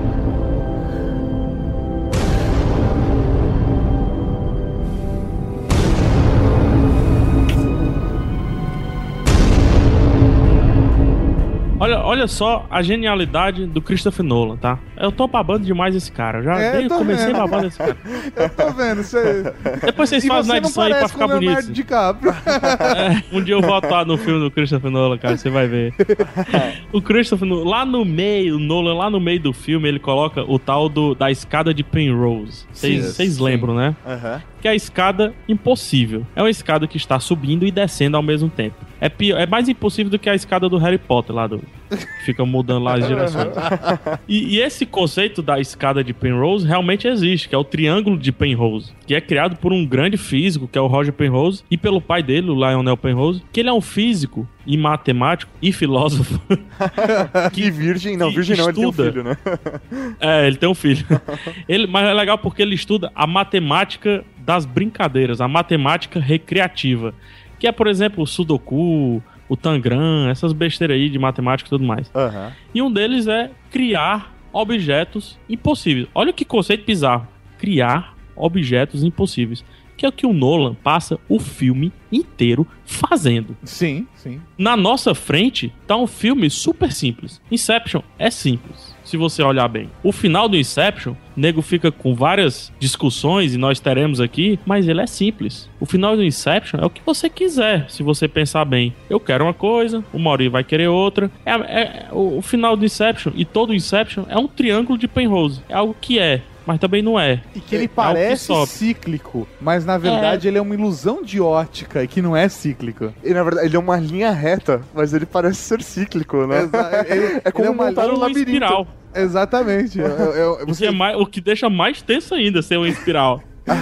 Olha só a genialidade do Christopher Nolan, tá? Eu tô babando demais esse cara. Eu já comecei babando esse cara. Eu tô vendo. Depois vocês fazem na edição aí pra ficar bonito. Um dia eu volto lá no filme do Christopher Nolan, cara, você vai ver. O Christopher Nolan, lá no meio do filme, ele coloca o tal da escada de Penrose. Vocês lembram, né? Que é a escada impossível. É uma escada que está subindo e descendo ao mesmo tempo. É mais impossível do que a escada do Harry Potter lá fica mudando lá as direções. E esse conceito da escada de Penrose realmente existe, que é o triângulo de Penrose, que é criado por um grande físico, que é o Roger Penrose, e pelo pai dele, o Lionel Penrose, que ele é um físico e matemático e filósofo. Virgem não, ele tem um filho, né? Ele tem um filho. Mas é legal porque ele estuda a matemática das brincadeiras, a matemática recreativa, que é, por exemplo, o Sudoku, o Tangram, essas besteiras aí de matemática e tudo mais. E um deles é criar objetos impossíveis. Olha que conceito bizarro. Criar objetos impossíveis. Que é o que o Nolan passa o filme inteiro fazendo. Sim. Na nossa frente tá um filme super simples. Inception é simples, se você olhar bem. O final do Inception, o nego fica com várias discussões, e nós teremos aqui, mas ele é simples. O final do Inception é o que você quiser, se você pensar bem. Eu quero uma coisa, o Maurício vai querer outra. O final do Inception, e todo o Inception, é um triângulo de Penrose. É algo que é, mas também não é. E que ele parece cíclico, mas na verdade ele é uma ilusão de ótica e que não é cíclico. E na verdade ele é uma linha reta, mas ele parece ser cíclico, né? É como montar um labirinto. Espiral. Exatamente. O que deixa mais tenso ainda ser uma espiral.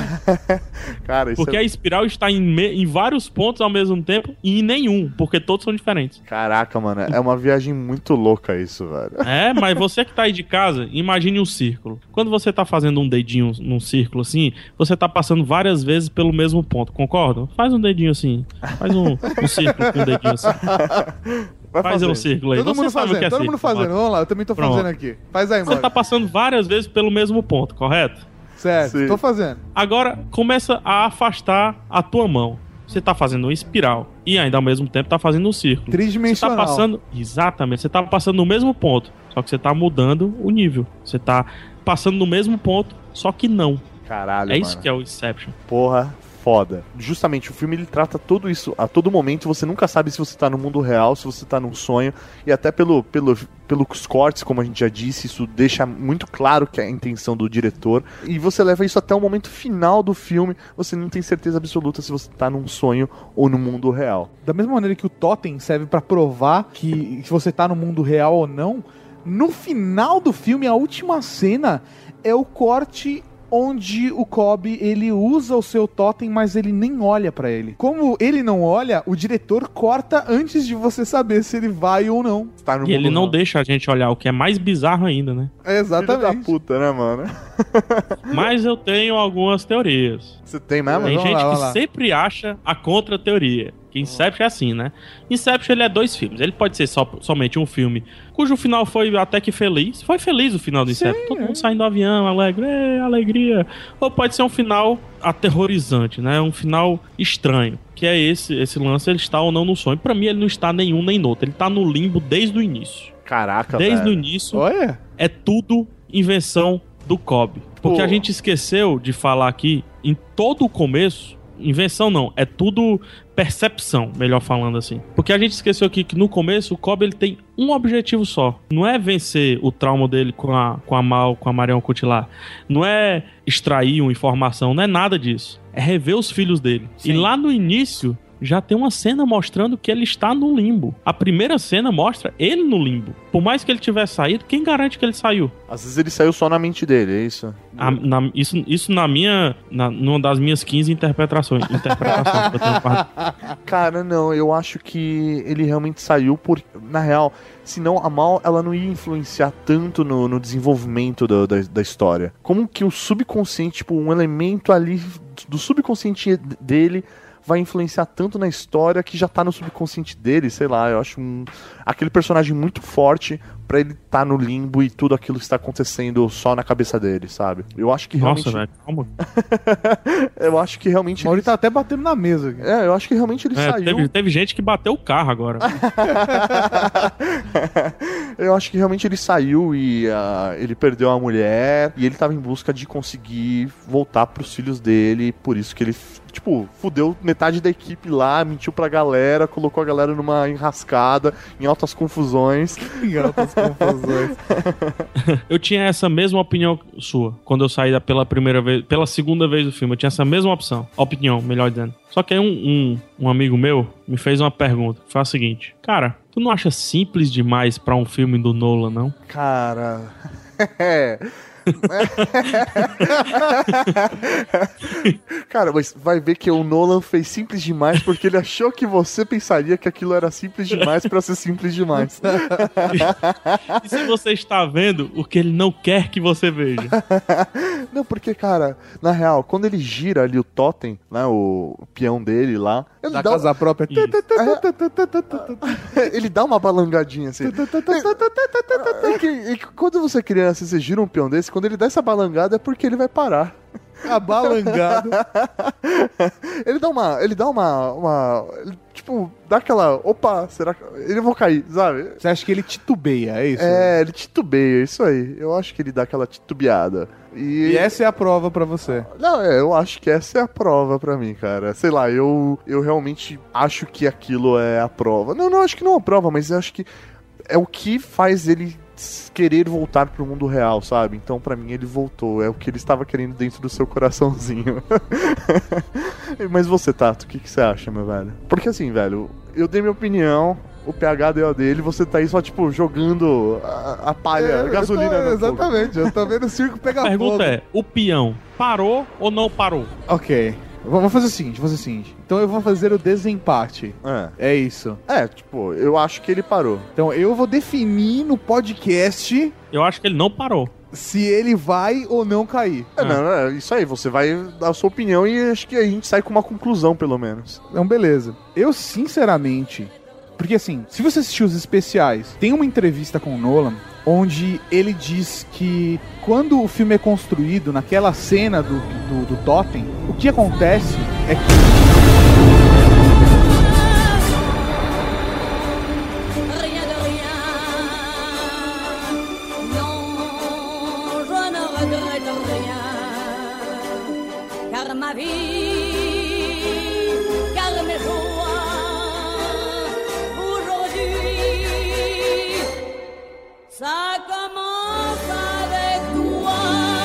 Cara, porque a espiral está em vários pontos ao mesmo tempo e em nenhum, porque todos são diferentes. Caraca, mano, é uma viagem muito louca isso, velho. Mas você que tá aí de casa, imagine um círculo. Quando você tá fazendo um dedinho num círculo assim, você tá passando várias vezes pelo mesmo ponto, concorda? Faz um dedinho assim, faz um círculo com um dedinho assim. Vai fazer um círculo aí. Todo mundo fazendo. Vamos lá, eu também tô fazendo aqui. Faz aí, mano. Você tá passando várias vezes pelo mesmo ponto, correto? Certo, tô fazendo. Agora, começa a afastar a tua mão. Você tá fazendo uma espiral e ainda ao mesmo tempo tá fazendo um círculo. Tridimensional. Você tá passando... Exatamente, você tá passando no mesmo ponto, só que você tá mudando o nível. Você tá passando no mesmo ponto, só que não. Caralho, mano. Isso que é o Inception. Porra, foda. Justamente, o filme ele trata tudo isso a todo momento. Você nunca sabe se você tá no mundo real, se você tá num sonho. E até pelos cortes, como a gente já disse, isso deixa muito claro que é a intenção do diretor. E você leva isso até o momento final do filme. Você não tem certeza absoluta se você tá num sonho ou no mundo real. Da mesma maneira que o totem serve pra provar que você tá no mundo real ou não, no final do filme, a última cena é o corte onde o Cobb, ele usa o seu totem, mas ele nem olha pra ele. Como ele não olha, o diretor corta antes de você saber se ele vai ou não. Tá no e ele não deixa a gente olhar, o que é mais bizarro ainda, né? Exatamente. Filho da puta, né, mano? Mas eu tenho algumas teorias. Você tem mesmo? Tem gente que sempre acha a contra-teoria. Que Inception é assim, né? Inception, ele é 2 filmes. Ele pode ser somente um filme cujo final foi até que feliz. Foi feliz o final do Inception. Todo mundo saindo do avião, alegre, alegria. Ou pode ser um final aterrorizante, né? Um final estranho. Que é esse lance, ele está ou não no sonho. Pra mim, ele não está nenhum nem no outro. Ele tá no limbo desde o início. Caraca, desde o início, olha, é tudo invenção do Cobb. Porque a gente esqueceu de falar aqui, em todo o começo... Invenção não, é tudo percepção, melhor falando assim. Porque a gente esqueceu aqui que no começo o Cobb ele tem um objetivo só. Não é vencer o trauma dele com a Mal, com a Marion Cotillard. Não é extrair uma informação, não é nada disso. É rever os filhos dele. Sim. E lá no início já tem uma cena mostrando que ele está no limbo. A primeira cena mostra ele no limbo. Por mais que ele tivesse saído, quem garante que ele saiu? Às vezes ele saiu só na mente dele, é isso? Isso numa das minhas 15 interpretações que eu tenho Cara, não, eu acho que ele realmente saiu por... Na real, senão a Mal, ela não ia influenciar tanto no desenvolvimento da história. Como que o subconsciente, tipo, um elemento ali do subconsciente dele vai influenciar tanto na história que já tá no subconsciente dele, sei lá, eu acho aquele personagem muito forte pra ele tá no limbo e tudo aquilo está acontecendo só na cabeça dele, sabe? Eu acho que realmente... Nossa, velho, calma. Eu acho que realmente... O Mauri tá até batendo na mesa aqui. Eu acho que realmente ele saiu... Teve gente que bateu o carro agora. Eu acho que realmente ele saiu e ele perdeu a mulher e ele tava em busca de conseguir voltar pros filhos dele, por isso que ele, tipo, fudeu metade da equipe lá, mentiu pra galera, colocou a galera numa enrascada, em altas confusões. Em altas confusões. Eu tinha essa mesma opinião sua, quando eu saí pela segunda vez do filme, eu tinha essa mesma opinião, melhor dizendo. Só que aí um amigo meu me fez uma pergunta, foi a seguinte: cara, tu não acha simples demais pra um filme do Nolan, não? Cara... Cara, mas vai ver que o Nolan fez simples demais porque ele achou que você pensaria que aquilo era simples demais pra ser simples demais. E se você está vendo o que ele não quer que você veja? Não, porque, cara, na real, quando ele gira ali o totem, né, o peão dele lá, ele da casa própria. Ele dá uma balangadinha assim. E quando você é criança, você gira um peão desse, quando ele dá essa balangada é porque ele vai parar. A balangada. Ele dá uma tipo, dá aquela, opa, será que ele vai cair, sabe? Você acha que ele titubeia, é isso? Ele titubeia, isso aí. Eu acho que ele dá aquela titubeada. E essa é a prova pra você? Não, eu acho que essa é a prova pra mim, cara. Sei lá, eu realmente acho que aquilo é a prova. Não, acho que não é a prova, mas eu acho que é o que faz ele querer voltar pro mundo real, sabe? Então, pra mim, ele voltou. É o que ele estava querendo dentro do seu coraçãozinho. Mas você, Tato, o que você acha, meu velho? Porque assim, velho, eu dei minha opinião, o PH deu a dele, você tá aí só, tipo, jogando a palha, a gasolina no exatamente, fogo. eu tô vendo o circo pegar fogo. A pergunta é, o peão parou ou não parou? Ok. Vamos fazer o seguinte. Então eu vou fazer o desempate. É isso. Tipo, eu acho que ele parou. Então eu vou definir no podcast... Eu acho que ele não parou. Se ele vai ou não cair. Não, isso aí, você vai dar a sua opinião e acho que a gente sai com uma conclusão, pelo menos. Então, beleza. Eu, sinceramente... Porque assim, se você assistir os especiais, tem uma entrevista com o Nolan onde ele diz que quando o filme é construído, naquela cena do totem, o que acontece é que... Ça commence avec toi.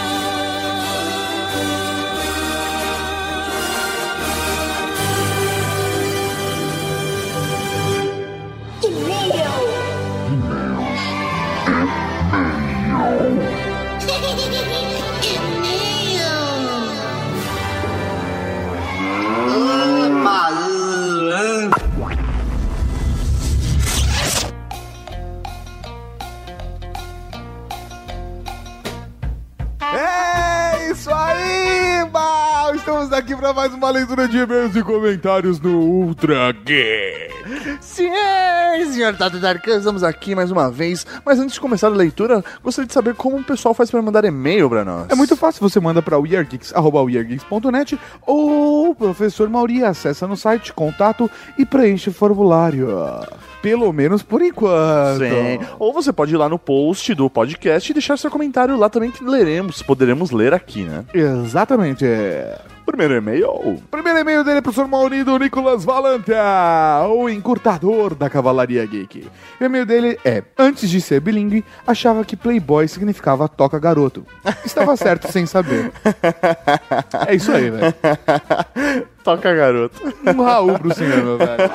É isso aí, Mal! Estamos aqui para mais uma leitura de e-mails e comentários no Ultra Geek. Sim, senhor Tato Darkan, estamos aqui mais uma vez. Mas antes de começar a leitura, gostaria de saber como o pessoal faz para mandar e-mail para nós. É muito fácil, você manda para weargeeks@weargeeks.net ou o professor Mauri acessa no site contato e preenche o formulário. Pelo menos por enquanto. Sim. Ou você pode ir lá no post do podcast e deixar seu comentário lá também que poderemos ler aqui, né? Exatamente. Primeiro e-mail. Primeiro e-mail dele é pro professor Mauri do Nicolas Valanta, o encurtador da Cavalaria Geek. O e-mail dele é: antes de ser bilíngue, achava que Playboy significava toca garoto. Estava certo sem saber. É isso aí, velho. toca garoto. Um Raul pro senhor, meu velho.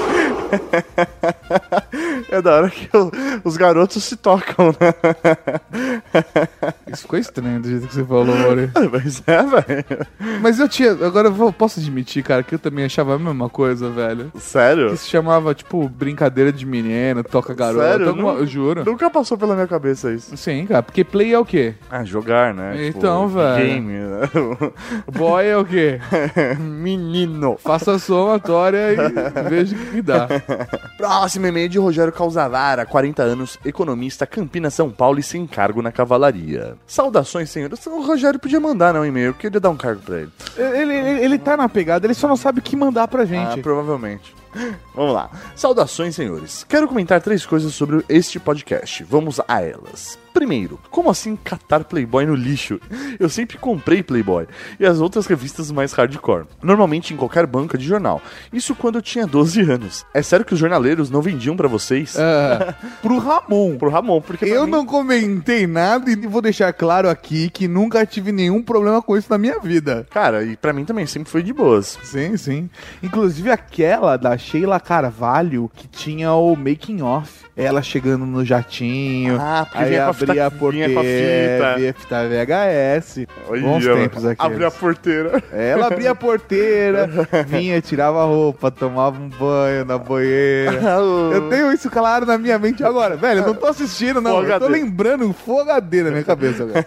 É da hora que os garotos se tocam, né? Isso ficou estranho do jeito que você falou, Mori. Mas velho. Mas eu tinha... Agora eu posso admitir, cara, que eu também achava a mesma coisa, velho. Sério? Que se chamava, tipo, brincadeira de menino, toca garoto. Sério? Eu juro. Nunca passou pela minha cabeça isso. Sim, cara, porque play é o quê? Ah, jogar, né? Então, tipo, velho. Game. Né? Boy é o quê? Menino. Faça a somatória e veja o que dá. Próximo e-mail de Rogério Calzavara, 40 anos, economista, Campinas, São Paulo e sem cargo na cavalaria. Saudações, senhores. O Rogério podia mandar, não, e-mail, eu queria dar um cargo pra ele. Ele tá na pegada, ele só não sabe o que mandar pra gente. Ah, provavelmente. Vamos lá. Saudações, senhores. Quero comentar 3 coisas sobre este podcast. Vamos a elas. Primeiro, como assim catar Playboy no lixo? Eu sempre comprei Playboy e as outras revistas mais hardcore, normalmente em qualquer banca de jornal. Isso quando eu tinha 12 anos. É sério que os jornaleiros não vendiam pra vocês? Pro Ramon. Pro Ramon, porque eu não comentei nada e vou deixar claro aqui que nunca tive nenhum problema com isso na minha vida. Cara, e pra mim também sempre foi de boas. Sim, sim. Inclusive aquela da Sheila Carvalho que tinha o making off. Ela chegando no jatinho. Ah, porque aí abria a porteira, via fita VHS. Bons tempos aqui. Abria a porteira. Ela abria a porteira, vinha, tirava a roupa, tomava um banho na banheira. Eu tenho isso claro na minha mente agora. Velho, eu não tô assistindo, não. Eu tô lembrando um Full HD na minha cabeça agora.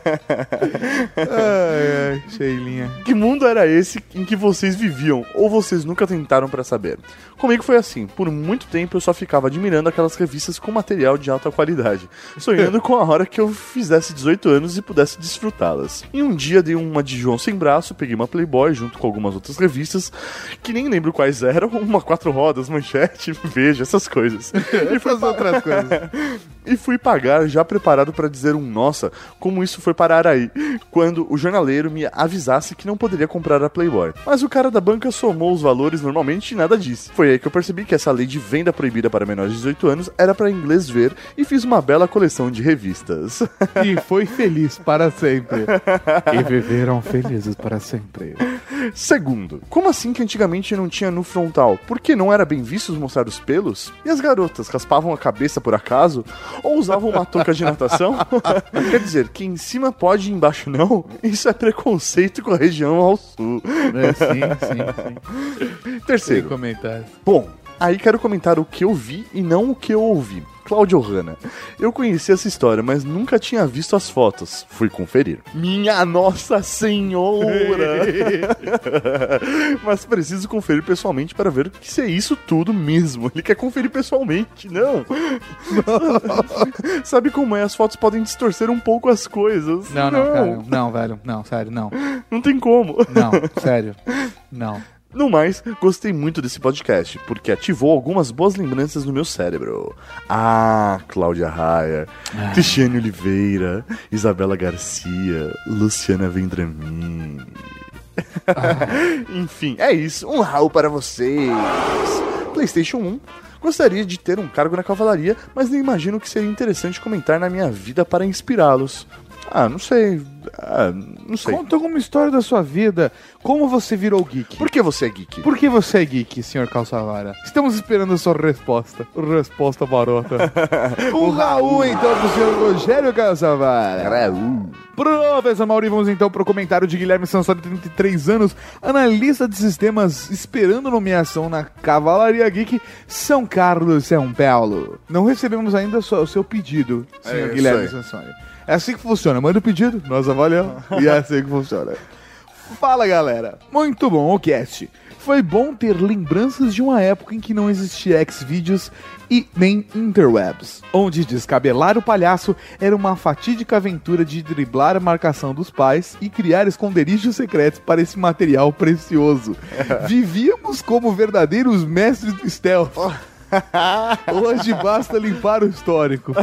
Ai, Sheilinha. Que mundo era esse em que vocês viviam? Ou vocês nunca tentaram pra saber? Comigo foi assim. Por muito tempo eu só ficava admirando aquelas revistas com material de alta qualidade, sonhando com a hora que eu fizesse 18 anos e pudesse desfrutá-las. E um dia dei uma de João sem braço, peguei uma Playboy junto com algumas outras revistas, que nem lembro quais eram, uma 4 rodas, manchete, Veja, essas coisas. E fazer outras coisas. E fui pagar já preparado para dizer nossa, como isso foi parar aí, quando o jornaleiro me avisasse que não poderia comprar a Playboy. Mas o cara da banca somou os valores normalmente e nada disse. Foi aí que eu percebi que essa lei de venda proibida para menores de 18 anos era para inglês ver e fiz uma bela coleção de revistas. E foi feliz para sempre. E viveram felizes para sempre. Segundo, como assim que antigamente não tinha nu frontal? Porque não era bem visto mostrar os pelos? E as garotas raspavam a cabeça por acaso? Ou usavam uma touca de natação? Quer dizer, que em cima pode e embaixo não? Isso é preconceito com a região ao sul. Sim. Terceiro. Comentário. Bom, aí quero comentar o que eu vi e não o que eu ouvi. Cláudio Hanna. Eu conheci essa história, mas nunca tinha visto as fotos. Fui conferir. Minha Nossa Senhora! Mas preciso conferir pessoalmente para ver se é isso tudo mesmo. Ele quer conferir pessoalmente, não. Sabe como é? As fotos podem distorcer um pouco as coisas. Não, cara. Não, velho. Não, sério, não. Não tem como. Não, sério. Não. No mais, gostei muito desse podcast, porque ativou algumas boas lembranças no meu cérebro. Ah, Cláudia Raia, Cristiane Oliveira, Isabela Garcia, Luciana Vendramin. Enfim, é isso. Um Raul para vocês. PlayStation 1. Gostaria de ter um cargo na cavalaria, mas não imagino que seria interessante comentar na minha vida para inspirá-los. Não sei. Não sei. Conta alguma história da sua vida. Como você virou geek? Por que você é geek? Por que você é geek, senhor Calçavara? Estamos esperando a sua resposta. Resposta barota. Um Raul, então, pro senhor Rogério Calçavara. Raul. Professor Mauri, vamos então pro comentário de Guilherme Sansoni, 33 anos, analista de sistemas, esperando nomeação na Cavalaria Geek, São Carlos, São Paulo. Não recebemos ainda o seu pedido, senhor Guilherme Sansoni. É assim que funciona, manda o pedido, nós avaliamos, e é assim que funciona. Fala, galera. Muito bom o cast. Foi bom ter lembranças de uma época em que não existia Xvideos e nem interwebs, onde descabelar o palhaço era uma fatídica aventura de driblar a marcação dos pais e criar esconderijos secretos para esse material precioso. Vivíamos como verdadeiros mestres do stealth. Hoje basta limpar o histórico.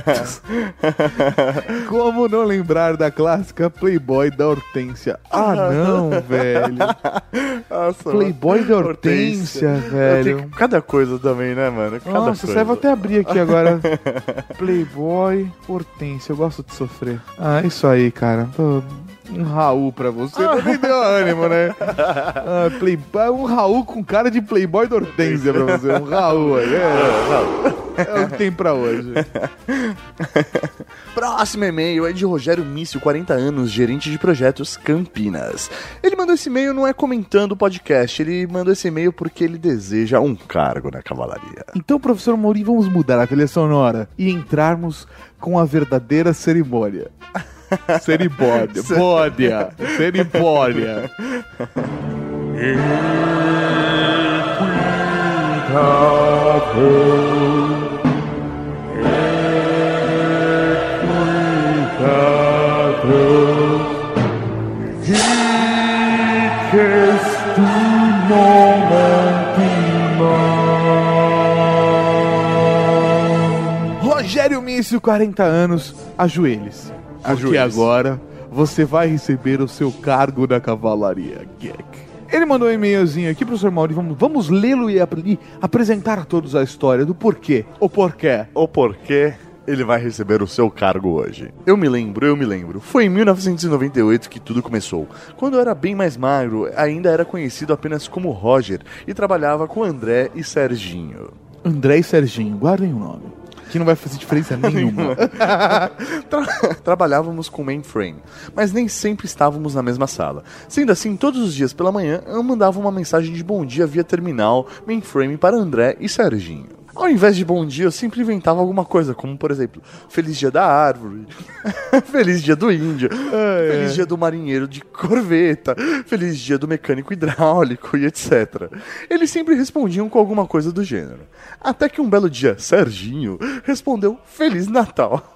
Como não lembrar da clássica Playboy da Hortência? Não, velho. Nossa, Playboy da Hortência, velho. Cada coisa também, né, mano? Nossa, você vai até abrir aqui agora. Playboy Hortência, eu gosto de sofrer. Isso aí, cara. Um Raul pra você também deu ânimo, né? Um Raul com cara de Playboy da Hortência pra você. Um Raul aí. É o que tem pra hoje. Próximo e-mail é de Rogério Mício, 40 anos, gerente de projetos Campinas. Ele mandou esse e-mail não é comentando o podcast, ele mandou esse e-mail porque ele deseja um cargo na cavalaria. Então, professor Mauri, vamos mudar a trilha sonora e entrarmos com a verdadeira cerimônia. Cerimônia. Rogério Mício, 40 anos, ajoelhe-se. Porque agora você vai receber o seu cargo na cavalaria. Ele mandou um e-mailzinho aqui, professor Mauri. Vamos lê-lo e apresentar a todos a história do porquê. O porquê ele vai receber o seu cargo hoje. Eu me lembro. Foi em 1998 que tudo começou. Quando eu era bem mais magro, ainda era conhecido apenas como Roger e trabalhava com André e Serginho. André e Serginho, guardem o nome. Que não vai fazer diferença nenhuma. Trabalhávamos com mainframe, mas nem sempre estávamos na mesma sala. Sendo assim, todos os dias pela manhã, eu mandava uma mensagem de bom dia via terminal mainframe para André e Serginho. Ao invés de bom dia, eu sempre inventava alguma coisa, como por exemplo, Feliz Dia da Árvore, Feliz Dia do Índio, Feliz Dia do Marinheiro de Corveta, Feliz Dia do Mecânico Hidráulico e etc. Eles sempre respondiam com alguma coisa do gênero. Até que um belo dia, Serginho respondeu Feliz Natal.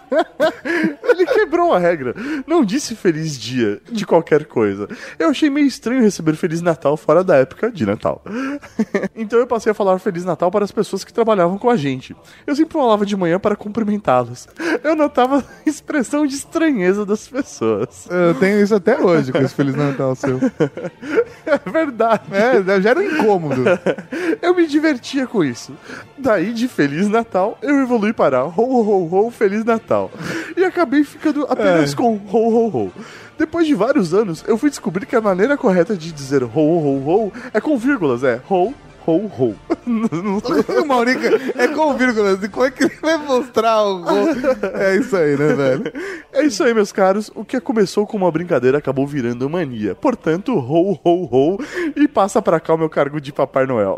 Ele quebrou a regra, não disse Feliz Dia de qualquer coisa. Eu achei meio estranho receber Feliz Natal fora da época de Natal. Então eu passei a falar Feliz Natal para as pessoas que trabalhavam com a gente. Eu sempre falava de manhã para cumprimentá-los. Eu notava a expressão de estranheza das pessoas. Eu tenho isso até hoje com esse Feliz Natal seu. É verdade. Já era um incômodo. Eu me divertia com isso. Daí de Feliz Natal, eu evolui para ho, ho, ho, Feliz Natal. E acabei ficando apenas com ho, ho, ho. Depois de vários anos, eu fui descobrir que a maneira correta de dizer ho, ho, ho é com vírgulas, ho, ho, ho. O Maurica é com vírgulas. E como é que ele vai mostrar o ho? É isso aí, né, velho? É isso aí, meus caros. O que começou com uma brincadeira acabou virando mania. Portanto, ho, ho, ho. E passa pra cá o meu cargo de Papai Noel.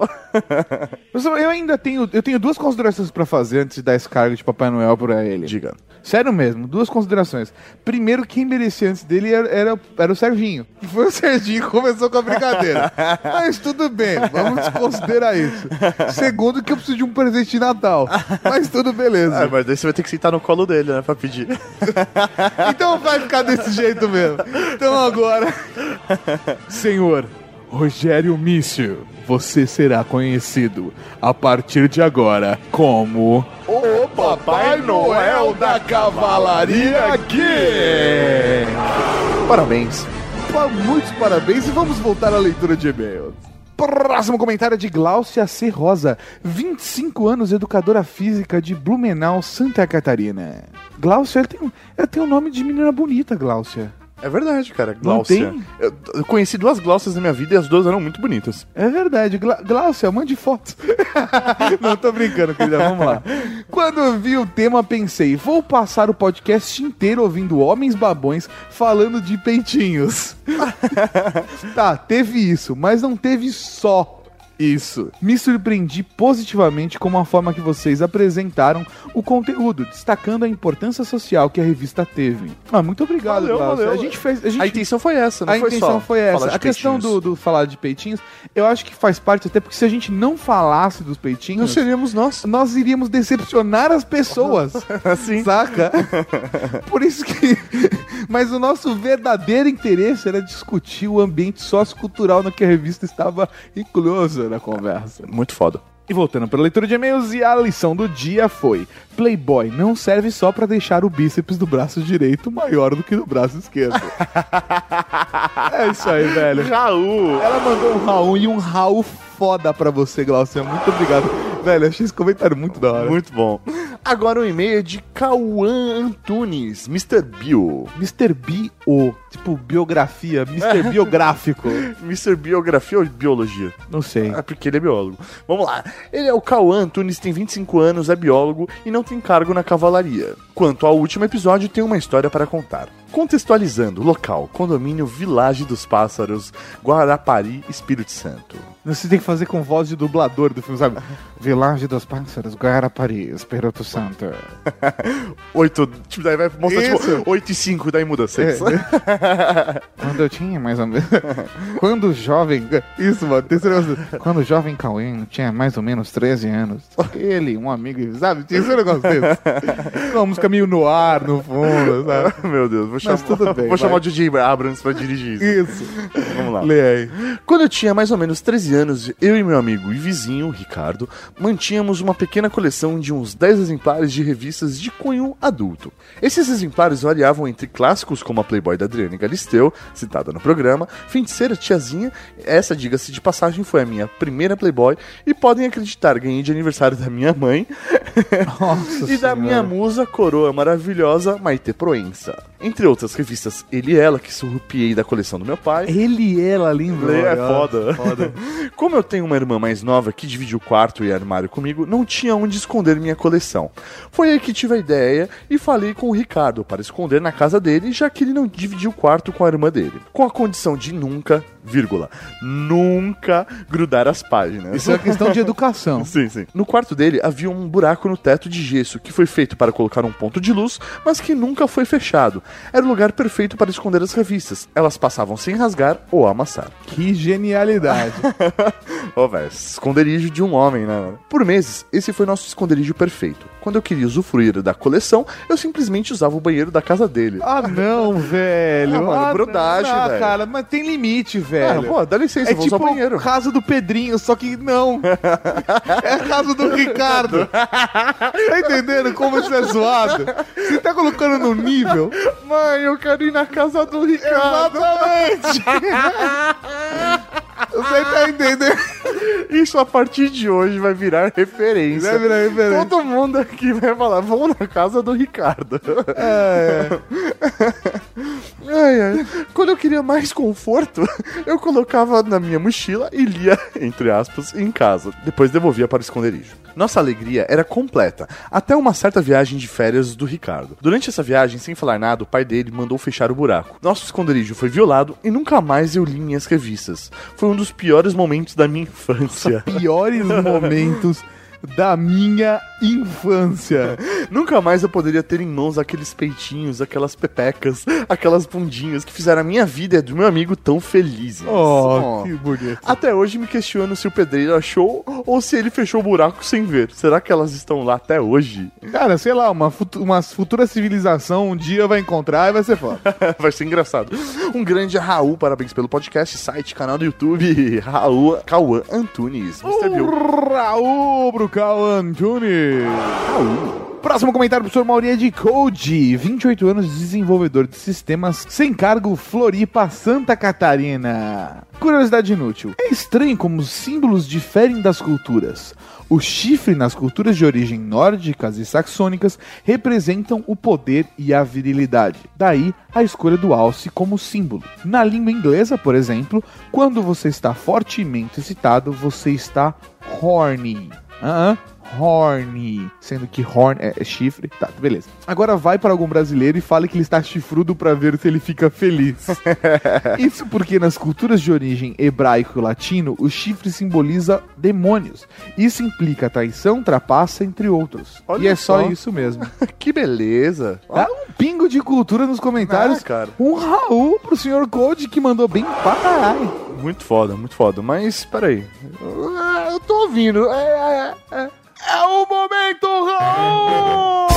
Eu ainda tenho duas considerações pra fazer antes de dar esse cargo de Papai Noel pra ele. Diga. Sério mesmo, duas considerações. Primeiro, quem merecia antes dele era o Serginho. E foi o Serginho que começou com a brincadeira. Mas tudo bem, vamos desconsiderar isso. Segundo, que eu preciso de um presente de Natal. Mas tudo beleza. Mas daí você vai ter que sentar no colo dele, né, pra pedir. Então vai ficar desse jeito mesmo. Então agora, senhor Rogério Mício, você será conhecido a partir de agora como o Papai Noel da Cavalaria Geek. Parabéns. Muitos parabéns e vamos voltar à leitura de e-mails. Próximo comentário é de Gláucia C. Rosa, 25 anos, educadora física de Blumenau, Santa Catarina. Gláucia, ela tem um nome de menina bonita, Gláucia. É verdade, cara. Gláucia. Eu conheci duas Gláucias na minha vida e as duas eram muito bonitas. É verdade. Gláucia, mande fotos. Não, tô brincando, querida. Vamos lá. Quando eu vi o tema, pensei, vou passar o podcast inteiro ouvindo homens babões falando de peitinhos. Tá, teve isso, mas não teve só isso. Me surpreendi positivamente com a forma que vocês apresentaram o conteúdo, destacando a importância social que a revista teve. Muito obrigado, Gláucia. A intenção foi essa, não foi só. A intenção foi essa. A questão do falar de peitinhos, eu acho que faz parte, até porque se a gente não falasse dos peitinhos, não seríamos nós iríamos decepcionar as pessoas. Assim. Saca? Por isso que... Mas o nosso verdadeiro interesse era discutir o ambiente sociocultural no que a revista estava inclusa na conversa. Muito foda. E voltando para a leitura de e-mails, e a lição do dia foi: Playboy não serve só para deixar o bíceps do braço direito maior do que do braço esquerdo. É isso aí, velho. Raul. Ela mandou um Raul e um Raul foda pra você, Glaucia. Muito obrigado. Velho, achei esse comentário muito da hora. Muito bom. Agora o e-mail é de Cauã Antunes, Mr. Bio. Mr. Bio, tipo biografia, Mr. Biográfico. Mr. Biografia ou Biologia? Não sei. É porque ele é biólogo. Vamos lá. Ele é o Cauã Antunes, tem 25 anos, é biólogo e não tem cargo na cavalaria. Quanto ao último episódio, tem uma história para contar. Contextualizando, local, condomínio Village dos Pássaros, Guarapari, Espírito Santo. Você tem que fazer com voz de dublador do filme, sabe? Village dos Pássaros, Guarapari, Espírito Santo. 8, tipo, daí vai mostrar tipo 8 e 5, daí muda 6. Quando eu tinha mais ou menos... Quando o jovem... Isso, mano, tem esse negócio. Quando o jovem Cauê tinha mais ou menos 13 anos, ele, um amigo, sabe? Tinha esse negócio desse. Uma música meio no ar, no fundo, sabe? Meu Deus, vou chamar o J.J. Abrams pra dirigir isso. Vamos lá. Lê aí. Quando eu tinha mais ou menos 13 anos, eu e meu amigo e vizinho, Ricardo, mantínhamos uma pequena coleção de uns 10 exemplares de revistas de cunho adulto. Esses exemplares variavam entre clássicos como a Playboy da Adriane Galisteu, citada no programa, Feiticeira Tiazinha, essa, diga-se de passagem, foi a minha primeira Playboy, e podem acreditar, ganhei de aniversário da minha mãe e da minha musa, coroa maravilhosa, Maite Proença. Entre outras revistas Ele e Ela, que surrupiei da coleção do meu pai. Ele e Ela, lindo. É foda. Como eu tenho uma irmã mais nova que divide o quarto e armário comigo, não tinha onde esconder minha coleção. Foi aí que tive a ideia e falei com o Ricardo para esconder na casa dele, já que ele não dividia o quarto com a irmã dele. Com a condição de nunca grudar as páginas. Isso é uma questão de educação. Sim. No quarto dele havia um buraco no teto de gesso que foi feito para colocar um ponto de luz, mas que nunca foi fechado. Era o lugar perfeito para esconder as revistas. Elas passavam sem rasgar ou amassar. Que genialidade. Velho, esconderijo de um homem, né? Por meses, esse foi nosso esconderijo perfeito. Quando eu queria usufruir da coleção, eu simplesmente usava o banheiro da casa dele. Ah, não, velho. Mano, brodagem, velho. Cara, mas tem limite, velho. Pô, dá licença, eu vou usar o banheiro. É tipo a casa do Pedrinho, só que não. É a casa do Ricardo. Tá entendendo como isso é zoado? Você tá colocando no nível? Mãe, eu quero ir na casa do Ricardo. Exatamente. Você tá entendendo? Isso a partir de hoje vai virar referência. Vai virar referência. Todo mundo aqui vai falar, vamos na casa do Ricardo. Quando eu queria mais conforto, eu colocava na minha mochila e lia, entre aspas, em casa. Depois devolvia para o esconderijo. Nossa alegria era completa, até uma certa viagem de férias do Ricardo. Durante essa viagem, sem falar nada, o pai dele mandou fechar o buraco. Nosso esconderijo foi violado e nunca mais eu li minhas revistas. Foi um dos piores momentos da minha infância. Piores momentos da minha infância. Nunca mais eu poderia ter em mãos aqueles peitinhos, aquelas pepecas, aquelas bundinhas que fizeram a minha vida e a do meu amigo tão felizes. Que bonito. Até hoje me questiono se o pedreiro achou ou se ele fechou o buraco sem ver. Será que elas estão lá até hoje? Cara, sei lá, uma futura civilização um dia vai encontrar e vai ser foda. Vai ser engraçado. Um grande Raul, parabéns pelo podcast, site, canal do YouTube, Raul Cauã Antunes. Raul pro Cauã Antunes. Próximo comentário do professor Mauri de Code, 28 anos, desenvolvedor de sistemas, sem cargo, Floripa, Santa Catarina. Curiosidade inútil. É estranho como os símbolos diferem das culturas. O chifre nas culturas de origem nórdicas e saxônicas representam o poder e a virilidade. Daí a escolha do alce como símbolo. Na língua inglesa, por exemplo, quando você está fortemente excitado, você está horny. Horny, sendo que horn é chifre. Tá, beleza. Agora vai para algum brasileiro e fale que ele está chifrudo para ver se ele fica feliz. Isso porque nas culturas de origem hebraico e latino, o chifre simboliza demônios. Isso implica traição, trapaça, entre outros. Olha e é só isso mesmo. Que beleza. Dá um pingo de cultura nos comentários. Cara. Um Raul pro Sr. Code que mandou bem pra caralho. Muito foda. Mas, peraí. Eu tô ouvindo. É o momento, Raul!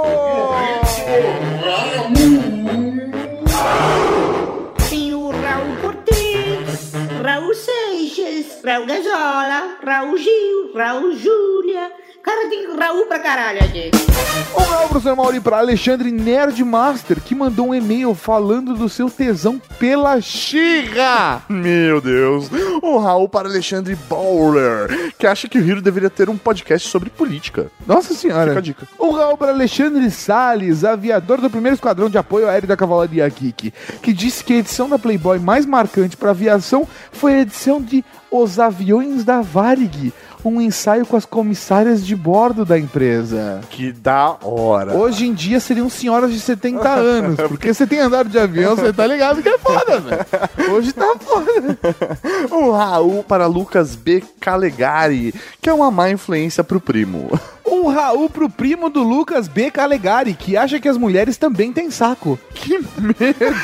Tem o Raul Cortez, Raul Seixas, Raul Gazola, Raul Gil, Raul Júlia, Cara de Raul pra caralho aqui. Um Raul, professor Mauri, para Alexandre Nerdmaster, que mandou um e-mail falando do seu tesão pela She-Ra. Meu Deus. Um Raul para Alexandre Bowler, que acha que o Hiro deveria ter um podcast sobre política. Nossa senhora. Fica a dica. Um Raul para Alexandre Salles, aviador do primeiro esquadrão de apoio aéreo da Cavalaria Geek, que disse que a edição da Playboy mais marcante para aviação foi a edição de Os Aviões da Varig, um ensaio com as comissárias de bordo da empresa. Que da hora. Hoje em dia seriam senhoras de 70 anos, porque você tem andado de avião, você tá ligado que é foda, velho. Hoje tá foda. Um Raul para Lucas B. Calegari, que é uma má influência pro primo. Um Raul pro primo do Lucas B. Calegari, que acha que as mulheres também têm saco. Que medo!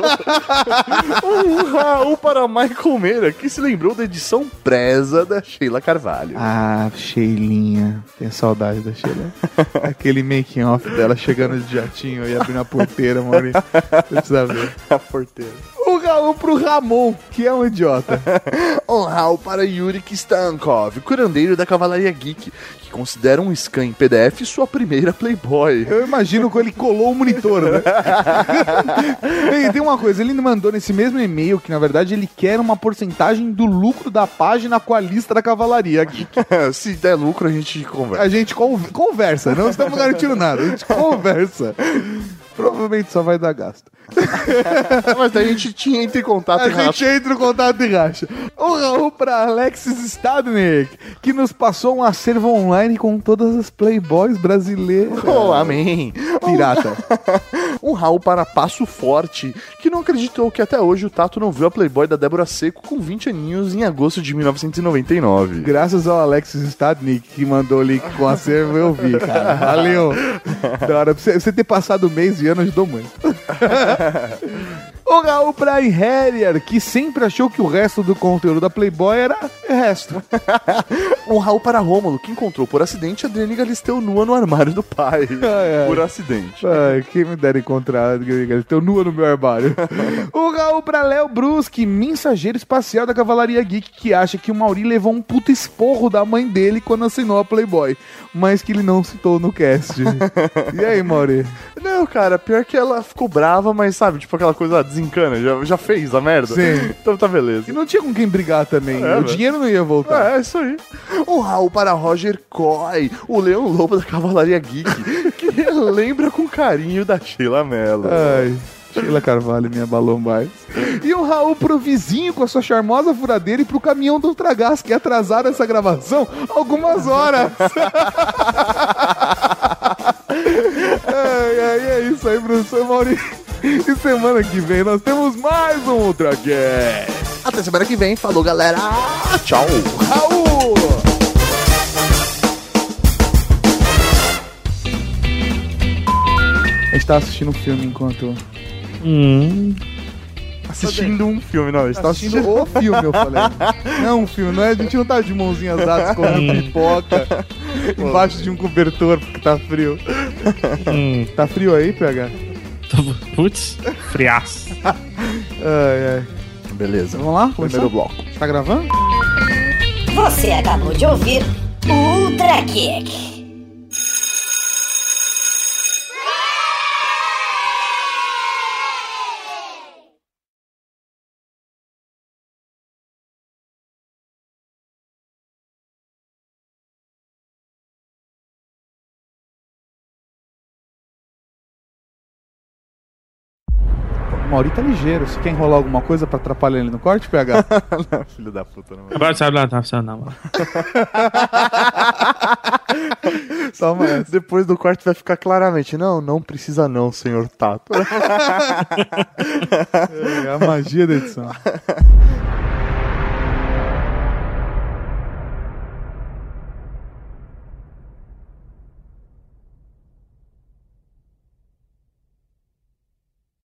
Um Raul para Michael Meira, que se lembrou da edição presa da Sheila Carvalho. Ah, Sheilinha. Tenho saudade da Sheila. Aquele making off dela chegando de jatinho e abrindo a porteira, Maurício. Precisa ver. A porteira. Um Raul pro Ramon, que é um idiota. Um Raul para Yuri Stankov, curandeiro da Cavalaria Geek, que considera um scan em PDF sua primeira Playboy. Eu imagino que ele colou o monitor, né? Tem uma coisa, ele mandou nesse mesmo e-mail que, na verdade, ele quer uma porcentagem do lucro da página com a lista da Cavalaria Geek. Se der lucro, a gente conversa. A gente conversa, não estamos garantindo nada, a gente conversa. Provavelmente só vai dar gasto. Mas daí a gente entra em contato e racha. A gente entra em contato e racha. Um Raul pra Alexis Stadnik, que nos passou um acervo online com todas as Playboys brasileiras. Oh, amém. Pirata. Um Raul para Passo Forte, que não acreditou que até hoje o Tato não viu a Playboy da Débora Seco com 20 aninhos em agosto de 1999. Graças ao Alexis Stadnik, que mandou o link com o acervo, eu vi, cara. Valeu. Da hora. Pra você ter passado o mês e ano ajudou muito. O Raul pra Harrier, que sempre achou que o resto do conteúdo da Playboy era resto. Um Raul para Rômulo, que encontrou por acidente a Adriane Galisteu nua no armário do pai. Ai. Por acidente. Ai, quem me dera encontrar a Adriane Galisteu nua no meu armário. O Raul pra Léo Bruschi, mensageiro espacial da Cavalaria Geek, que acha que o Mauri levou um puto esporro da mãe dele quando assinou a Playboy, mas que ele não citou no cast. E aí, Mauri? Não, cara, pior que ela ficou brava, mas sabe, tipo aquela coisa desencana, já fez a merda. Sim. Então tá beleza. E não tinha com quem brigar também, o dinheiro não ia voltar. É, isso aí. Um Raul para Roger Coy, o Leão Lobo da Cavalaria Geek, que lembra com carinho da Sheila Mello. Ai, Sheila Carvalho me abalou mais. E um Raul pro vizinho com a sua charmosa furadeira e pro caminhão do Ultragás, que atrasaram essa gravação algumas horas. É isso aí, professor Maurício. E semana que vem nós temos mais um UltraCast. Até semana que vem. Falou, galera. Tchau. Raul! A gente tá assistindo um filme enquanto... Assistindo um filme, não. A gente tá assistindo o filme, eu falei. Não um filme, não é? A gente não tá de mãozinhas dadas comendo pipoca embaixo de um cobertor porque tá frio. Tá frio aí, PH? Putz, friaço. Ai. Beleza. Vamos lá? Primeiro bloco. Tá gravando? Você acabou de ouvir o Ultra Geek. O Mauri tá ligeiro. Você quer enrolar alguma coisa pra atrapalhar ele no corte, PH? Não, filho da puta, não. Agora sabe lá, tá funcionando, mano. Toma essa. Depois do corte vai ficar claramente. Não precisa não, senhor Tato. É a magia da edição.